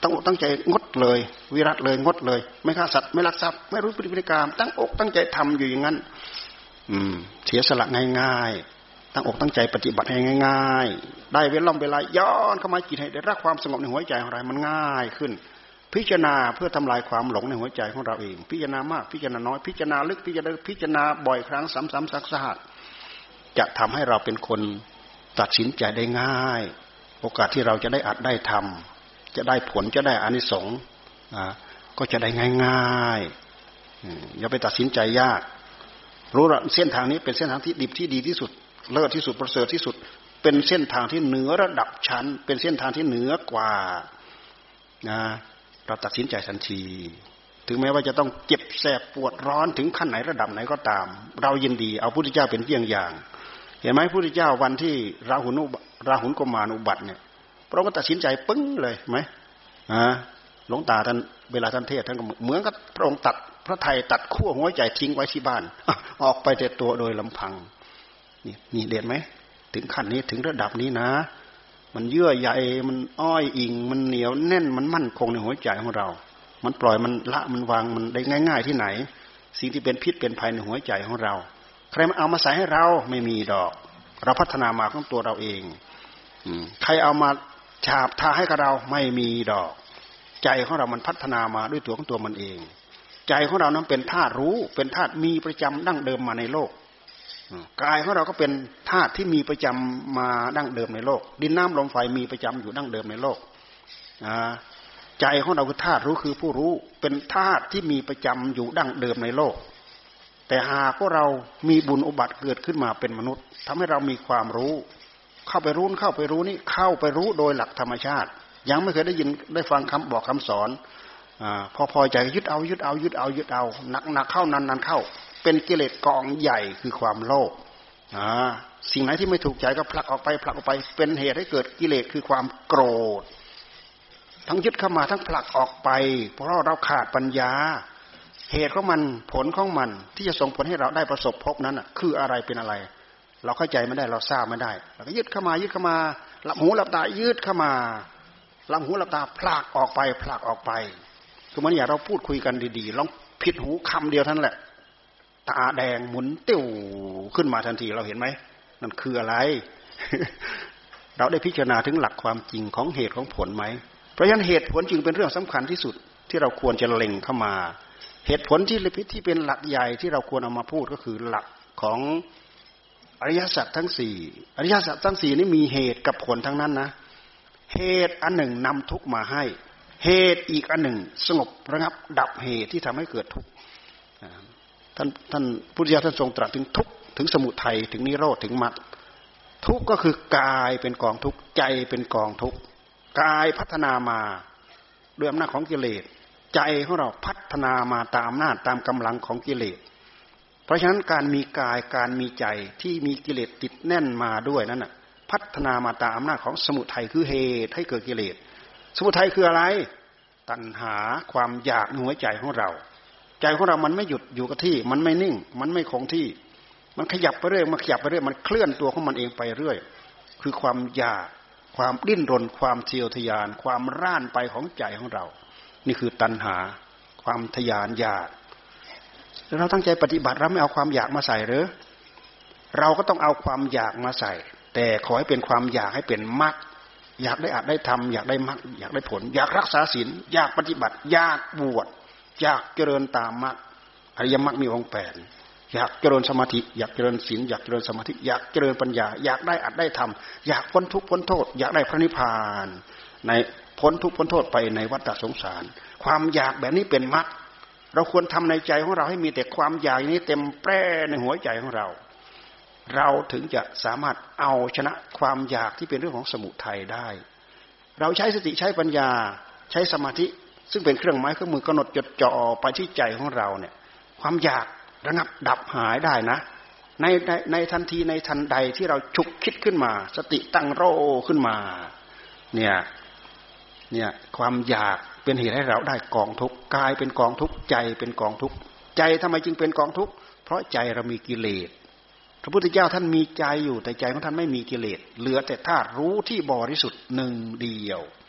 ต้องตั้งใจงดเลยวิรัตเลยงดเลยไม่ฆ่าสัตว์ไม่ลักทรัพย์ไม่รู้พฤติกรรมตั้งอกตั้งใจทำอยู่อย่างนั้นอืมเสียสละง่ายๆตั้งอกตั้งใจปฏิบัติให้ง่ายๆได้เวลาเวลาย้อนเข้ามาจิตให้ได้รับความสงบในหัวใจของเรามันง่ายขึ้นพิจารณาเพื่อทำลายความหลงในหัวใจของเราเองพิจารณามากพิจารณาน้อยพิจารณาลึกพิจารณาพิจารณาบ่อยครั้งซ้ำๆซักๆจะทำให้เราเป็นคนตัดสินใจได้ง่ายโอกาสที่เราจะได้อัดได้ทำจะได้ผลจะได้อานิสงส์ก็จะได้ง่ายๆอย่าไปตัดสินใจยากรู้ว่าเส้นทางนี้เป็นเส้นทางที่ดีที่ดีที่สุดเลิศที่สุดประเสริฐที่สุดเป็นเส้นทางที่เหนือระดับชั้นเป็นเส้นทางที่เหนือกว่านะเราตัดสินใจทันทีถึงแม้ว่าจะต้องเจ็บแสบปวดร้อนถึงขั้นไหนระดับไหนก็ตามเรายินดีเอาพระพุทธเจ้าเป็นเยี่ยงอย่างเห็นไหมพระพุทธเจ้าวันที่ราหุลราหุลกมารอุบัติเนี่ยพระองค์ก็ตัดสินใจปึ้งเลยไหมอ่าหลวงตาท่านเวลาท่านเทศท่านก็เหมือนกับพระองค์ตัดพระทัยตัดขั้วหัวใจทิ้งไว้ที่บ้านออกไปแต่ตัวโดยลำพังนี่นี่เด่นไหมถึงขั้นนี้ถึงระดับนี้นะมันเยื่อใยมันอ้อยอิงมันเหนียวแน่นมันมั่นคงในหัวใจของเรามันปล่อยมันละมันวางมันได้ง่ายๆที่ไหนสิ่งที่เป็นพิษเป็นภัยในหัวใจของเราใครมาเอามาใส่ให้เราไม่มีดอกเราพัฒนามาของตัวเราเองใครเอามาฉาบทาให้กับเราไม่มีดอกใจของเรามันพัฒนามาด้วยตัวของตัวมันเองใจของเรานั้นเป็นธาตุรู้เป็นธาตุมีประจำดั้งเดิมมาในโลกกายของเราก็เป็นธาตุที่มีประจำมาดั้งเดิมในโลกดินน้ำลมไฟมีประจำอยู่ดั้งเดิมในโลกใจของเราคือธาตุรู้คือผู้รู้เป็นธาตุที่มีประจำอยู่ดั้งเดิมในโลกแต่หากพวกเรามีบุญอุบัติเกิดขึ้นมาเป็นมนุษย์ทำให้เรามีความรู้เข้าไปรู้เข้าไปรู้นี่เข้าไปรู้โดยหลักธรรมชาติยังไม่เคยได้ยินได้ฟังคำบอกคำสอนพอพอใจยึดเอายึดเอายึดเอายึดเอาหนักหนักเข้านานนานเข้าเป็นกิเลสกองใหญ่คือความโลภสิ่งไหนที่ไม่ถูกใจก็ผลักออกไปผลักออกไปเป็นเหตุให้เกิดกิเลสคือความโกรธทั้งยึดเข้ามาทั้งผลักออกไปเพราะเราขาดปัญญาเหตุของมันผลของมันที่จะส่งผลให้เราได้ประสบพบนั้นคืออะไรเป็นอะไรเราเข้าใจไม่ได้เราทราบไม่ได้เราก็ยึดเข้ามายึดเข้ามาหลับหูหลับตายึดเข้ามาหลับหูหลับตาผลักออกไปผลักออกไปคือมันอย่างเราพูดคุยกันดีๆลองผิดหูคำเดียวท่านแหละตาแดงหมุนติ้วขึ้นมาทันทีเราเห็นไหมนั่นคืออะไร เราได้พิจารณาถึงหลักความจริงของเหตุของผลไหมเพราะฉะนั้นเหตุผลจึงเป็นเรื่องสำคัญที่สุดที่เราควรจะเล็งเข้ามาเหตุผลที่ที่เป็นหลักใหญ่ที่เราควรเอามาพูดก็คือหลักของอริยสัจทั้งสี่อริยสัจทั้งสี่นี้มีเหตุกับผลทั้งนั้นนะเหตุอันหนึ่งนำทุกข์มาให้เหตุอีกอันหนึ่งสงบระงับดับเหตุที่ทำให้เกิดทุกข์ท่านท่านพุทธเจ้าท่านทรงตรัสถึงทุกข์ถึงสมุทัยถึงนิโรธถึงมรรคทุกข์ก็คือกายเป็นกองทุกข์ใจเป็นกองทุกข์กายพัฒนามาด้วยอำนาจของกิเลสใจของเราพัฒนามาตามอำนาจตามกำลังของกิเลสเพราะฉะนั้นการมีกายการมีใจที่มีกิเลสติดแน่นมาด้วยนั้นน่ะพัฒนามาตามอำนาจของสมุทัยคือเหตุให้เกิดกิเลสสมุทัยคืออะไรตัณหาความอยากในหัวใจของเราใจของเรามันไม่หยุดอยู่กับที่มันไม่นิ่งมันไม่คงที่มันขยับไปเรื่อยมันขยับไปเรื่อยมันเคลื่อนตัวของมันเองไปเรื่อยคือความอยากความดิ้นรนความเทียวทะยานความร่านไปของใจของเรานี่คือตัณหาความทะยานอยากเราตั้งใจปฏิบัติเราไม่เอาความอยากมาใส่หรือเราก็ต้องเอาความอยากมาใส่แต่ขอให้เป็นความอยากให้เป็นมรรคอยากได้อาจได้ทำอยากได้มรรคอยากได้ผลอยากรักษาศีลอยากปฏิบัติอยากบวชอยากเจริญตามมรรคอริยมรรคมีองค์แปดอยากเจริญสมาธิอยากเจริญศีลอยากเจริญสมาธิอยากเจริญปัญญาอยากได้อาจได้ทำอยากพ้นทุกข์พ้นโทษอยากได้พระนิพพานในพ้นทุกข์พ้นโทษไปในวัฏสงสารความอยากแบบนี้เป็นมรรคเราควรทำในใจของเราให้มีแต่ความอยากนี้เต็มแปร่ในหัวใจของเราเราถึงจะสามารถเอาชนะความอยากที่เป็นเรื่องของสมุทัยได้เราใช้สติใช้ปัญญาใช้สมาธิซึ่งเป็นเครื่องไม้เครื่องมือกำหนดจดจ่อไปที่ใจของเราเนี่ยความอยากระงับดับหายได้นะในในในทันทีในทันใดที่เราฉุกคิดขึ้นมาสติตั้งโรขึ้นมาเนี่ยเนี่ยความอยากเป็นเหตุให้เราได้กองทุกข์กายเป็นกองทุกข์ใจเป็นกองทุกข์ใจทำไมจึงเป็นกองทุกข์เพราะใจเรามีกิเลสพระพุทธเจ้าท่านมีใจอยู่แต่ใจของท่านไม่มีกิเลสเหลือแต่ธาตุรู้ที่บริสุทธิ์หนึ่งเดียว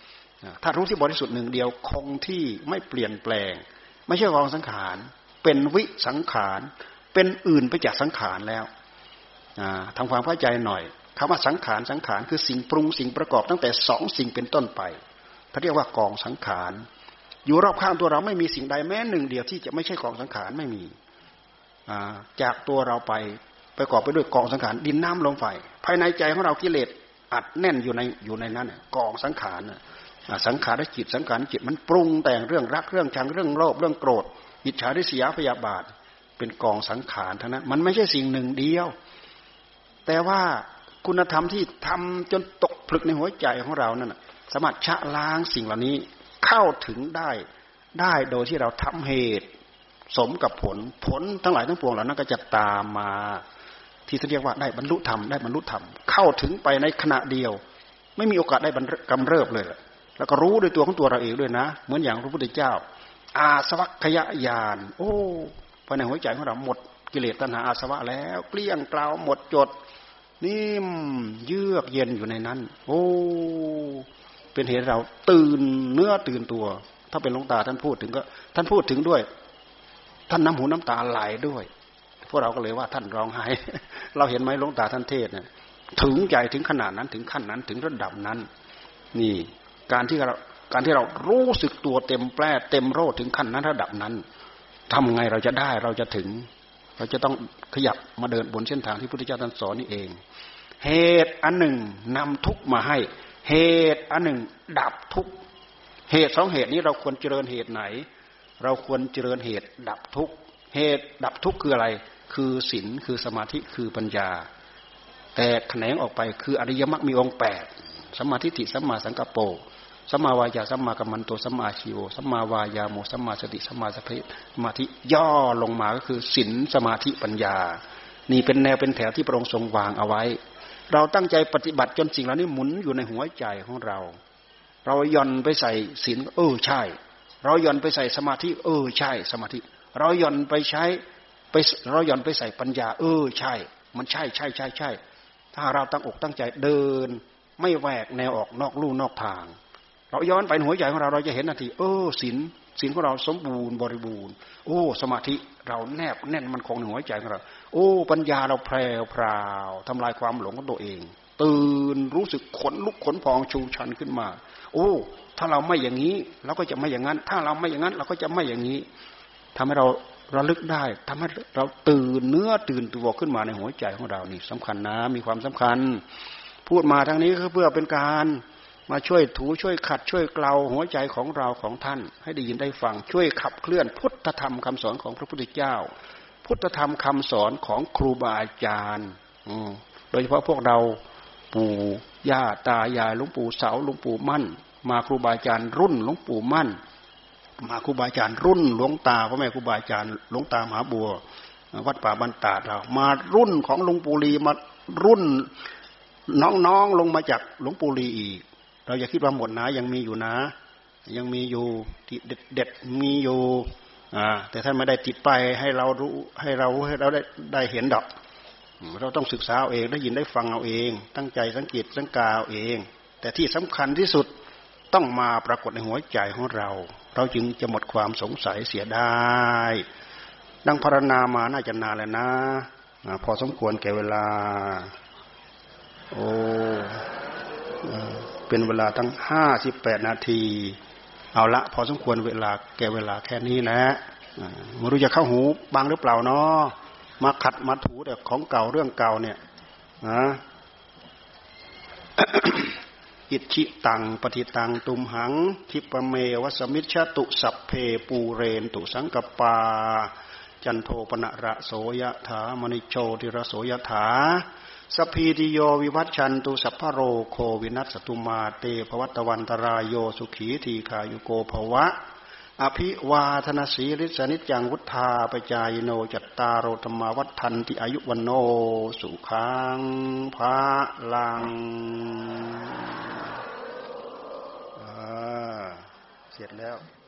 ถ้ารู้ที่บริสุทธิ์หนึ่งเดียวคงที่ไม่เปลี่ยนแปลงไม่ใช่กองสังขารเป็นวิสังขารเป็นอื่นไปจากสังขารแล้วทำความเข้าใจหน่อยคำว่าสังขารสังขารคือสิ่งปรุงสิ่งประกอบตั้งแต่สองสิ่งเป็นต้นไปเขาเรียกว่ากองสังขารอยู่รอบข้างตัวเราไม่มีสิ่งใดแม้หนึ่งเดียวที่จะไม่ใช่กองสังขารไม่มีจากตัวเราไปประกอบไปด้วยกองสังขารดินน้ำลมไฟภายในใจของเรากิเลสอัดแน่นอยู่ในอยู่ในนั้นกองสังขารสังขารจิตสังขารจิตมันปรุงแต่งเรื่องรักเรื่องชังเรื่องโลภเรื่องโกรธอิจฉาริษยาพยาบาทเป็นกองสังขารทั้งนั้นมันไม่ใช่สิ่งหนึ่งเดียวแต่ว่าคุณธรรมที่ทำจนตกผลึกในหัวใจของเรานั่นสามารถชะล้างสิ่งเหล่านี้เข้าถึงได้ได้โดยที่เราทำเหตุสมกับผลผลทั้งหลายทั้งปวงเหล่านั้นก็จะตามมาที่เรียกว่าได้บรรลุธรรมได้บรรลุธรรมเข้าถึงไปในขณะเดียวไม่มีโอกาสได้กำเริบเลยแล้วก็รู้โดยตัวของตัวเราเองด้วยนะเหมือนอย่างพระพุทธเจ้าอาสวัคยญาณโอ้ภายในหัวใจของเราหมดกิเลสตัณหาอาสวะแล้วเกลี้ยงเกลาหมดจดนิ่มเยือกเย็นอยู่ในนั้นโอ้เป็นเหตุเราตื่นเนื้อตื่นตัวถ้าเป็นหลวงตาท่านพูดถึงก็ท่านพูดถึงด้วยท่านน้ำหูน้ำตาไหลด้วยพวกเราก็เลยว่าท่านร้องไห้เราเห็นไหมหลวงตาท่านเทศเนี่ยถึงใจถึงขนาดนั้นถึงขั้นนั้นถึงระดับนั้นนี่การที่เราการที่เรารู้สึกตัวเต็มแปร่เต็มโรดถึงขั้นนั้นระดับนั้นทำไงเราจะได้เราจะถึงเราจะต้องขยับมาเดินบนเส้นทางที่พระพุทธเจ้าท่านสอนนี่เองเหตุอันหนึ่งนำทุกข์มาให้เหตุอันหนึ่งดับทุกข์เหตุสองเหตุนี้เราควรเจริญเหตุไหนเราควรเจริญเหตุดับทุกข์เหตุดับทุกข์คืออะไรคือศีลคือสมาธิคือปัญญาแต่แขนงออกไปคืออริยมรรคมีองค์แปดสัมมาทิฏฐิสัมมาสังกัปโปสัมมาวายาสัมมากัมมันโตสัมมาชีโวสัมมาวายาโมสัมมาสติสัมมาสมาธิย่อลงมาก็คือศีลสมาธิปัญญานี่เป็นแนวเป็นแถวที่พระองค์ทรงวางเอาไว้เราตั้งใจปฏิบัติจนสิ่งเหล่านี้หมุนอยู่ในหัวใจของเราเราย่อนไปใส่ศีลเออใช่เราย่อนไปใส่สมาธิเออใช่สมาธิเราย่อนไปใช้ไปเราย่อนไปใส่ปัญญาเออใช่มันใช่ใช่ใช่ใช่ถ้าเราตั้งอกตั้งใจเดินไม่แหวกแนวออกนอกลู่นอกทางเราย้อนไปหัวใจของเราเราจะเห็นทันทีเออศีลศีลของเราสมบูรณ์บริบูรณ์โอ้สมาธิเราแนบแน่นมันคงในหัวใจของเราโอ้ปัญญาเราแพร่พราวทำลายความหลงของตัวเองตื่นรู้สึกขนลุกขนพองชูชันขึ้นมาโอ้ถ้าเราไม่อย่างนี้เราก็จะไม่อย่างนั้นถ้าเราไม่อย่างนั้นเราก็จะไม่อย่างนี้ทำให้เราระลึกได้ทำให้เราตื่นเนื้อตื่นตัวขึ้นมาในหัวใจของเรานี่สำคัญนะมีความสำคัญพูดมาทั้งนี้ก็เพื่อเป็นการมาช่วยถูช่วยขัดช่วยเกลาหัวใจของเราของท่านให้ได้ยินได้ฟังช่วยขับเคลื่อนพุทธธรรมคำสอนของพระพุทธเจ้าพุทธธรรมคำสอนของครูบาอาจารย์โดยเฉพาะพวกเราปู่ย่าตายายหลวงปู่เสาหลวงปู่มั่นมาครูบาอาจารย์รุ่นหลวงปู่มั่นมาครูบาอาจารย์รุ่นหลวงตาพ่อแม่ครูบาอาจารย์หลวงตามหาบัววัดป่าบรรดาเรามารุ่นของหลวงปู่ลีมารุ่นน้องๆลงมาจากหลวงปู่ลีอีกเราอย่าคิดว่าหมดนะยังมีอยู่นะยังมีอยู่ที่เด็ดๆมีอยู่อ่าแต่ท่านไม่ได้ติดไปให้เรารู้ให้เราให้เราได้ได้เห็นดอกเราต้องศึกษาเอาเองได้ยินได้ฟังเอาเองตั้งใจสังเกตสังกาเอาเองแต่ที่สำคัญที่สุดต้องมาปรากฏในหัวใจของเราเราจึงจะหมดความสงสัยเสียได้ดังพรรณนามาน่าจะนานแล้วนะพอสมควรแก่เวลาโอ้เป็นเวลาตั้งห้าสิบแปดนาทีเอาละพอสมควรเวลาแก่เวลาแค่นี้นะไม่รู้จะเข้าหูบางหรือเปล่าเนาะมาขัดมาถูแต่ของเก่าเรื่องเก่าเนี่ยนะอิทธิตังปฏิตังตุมหังทิปเมวสมิชชตุสัพเพปูเรนตุสังกปาจันโทปนะระโสยถามณิโชติระโสยถาสัพพีติโยวิวัชชันตุสัพพโรโควินัสสตุมาเตภวัตวันตรายโยสุขีทีขายุโกภวะอภิวาทนาสีริสนิจังวุธาปจายโนจัตตารโรธรรมาวัฏทันติอายุวันโนสุขังภะลังเสร็จแล้ว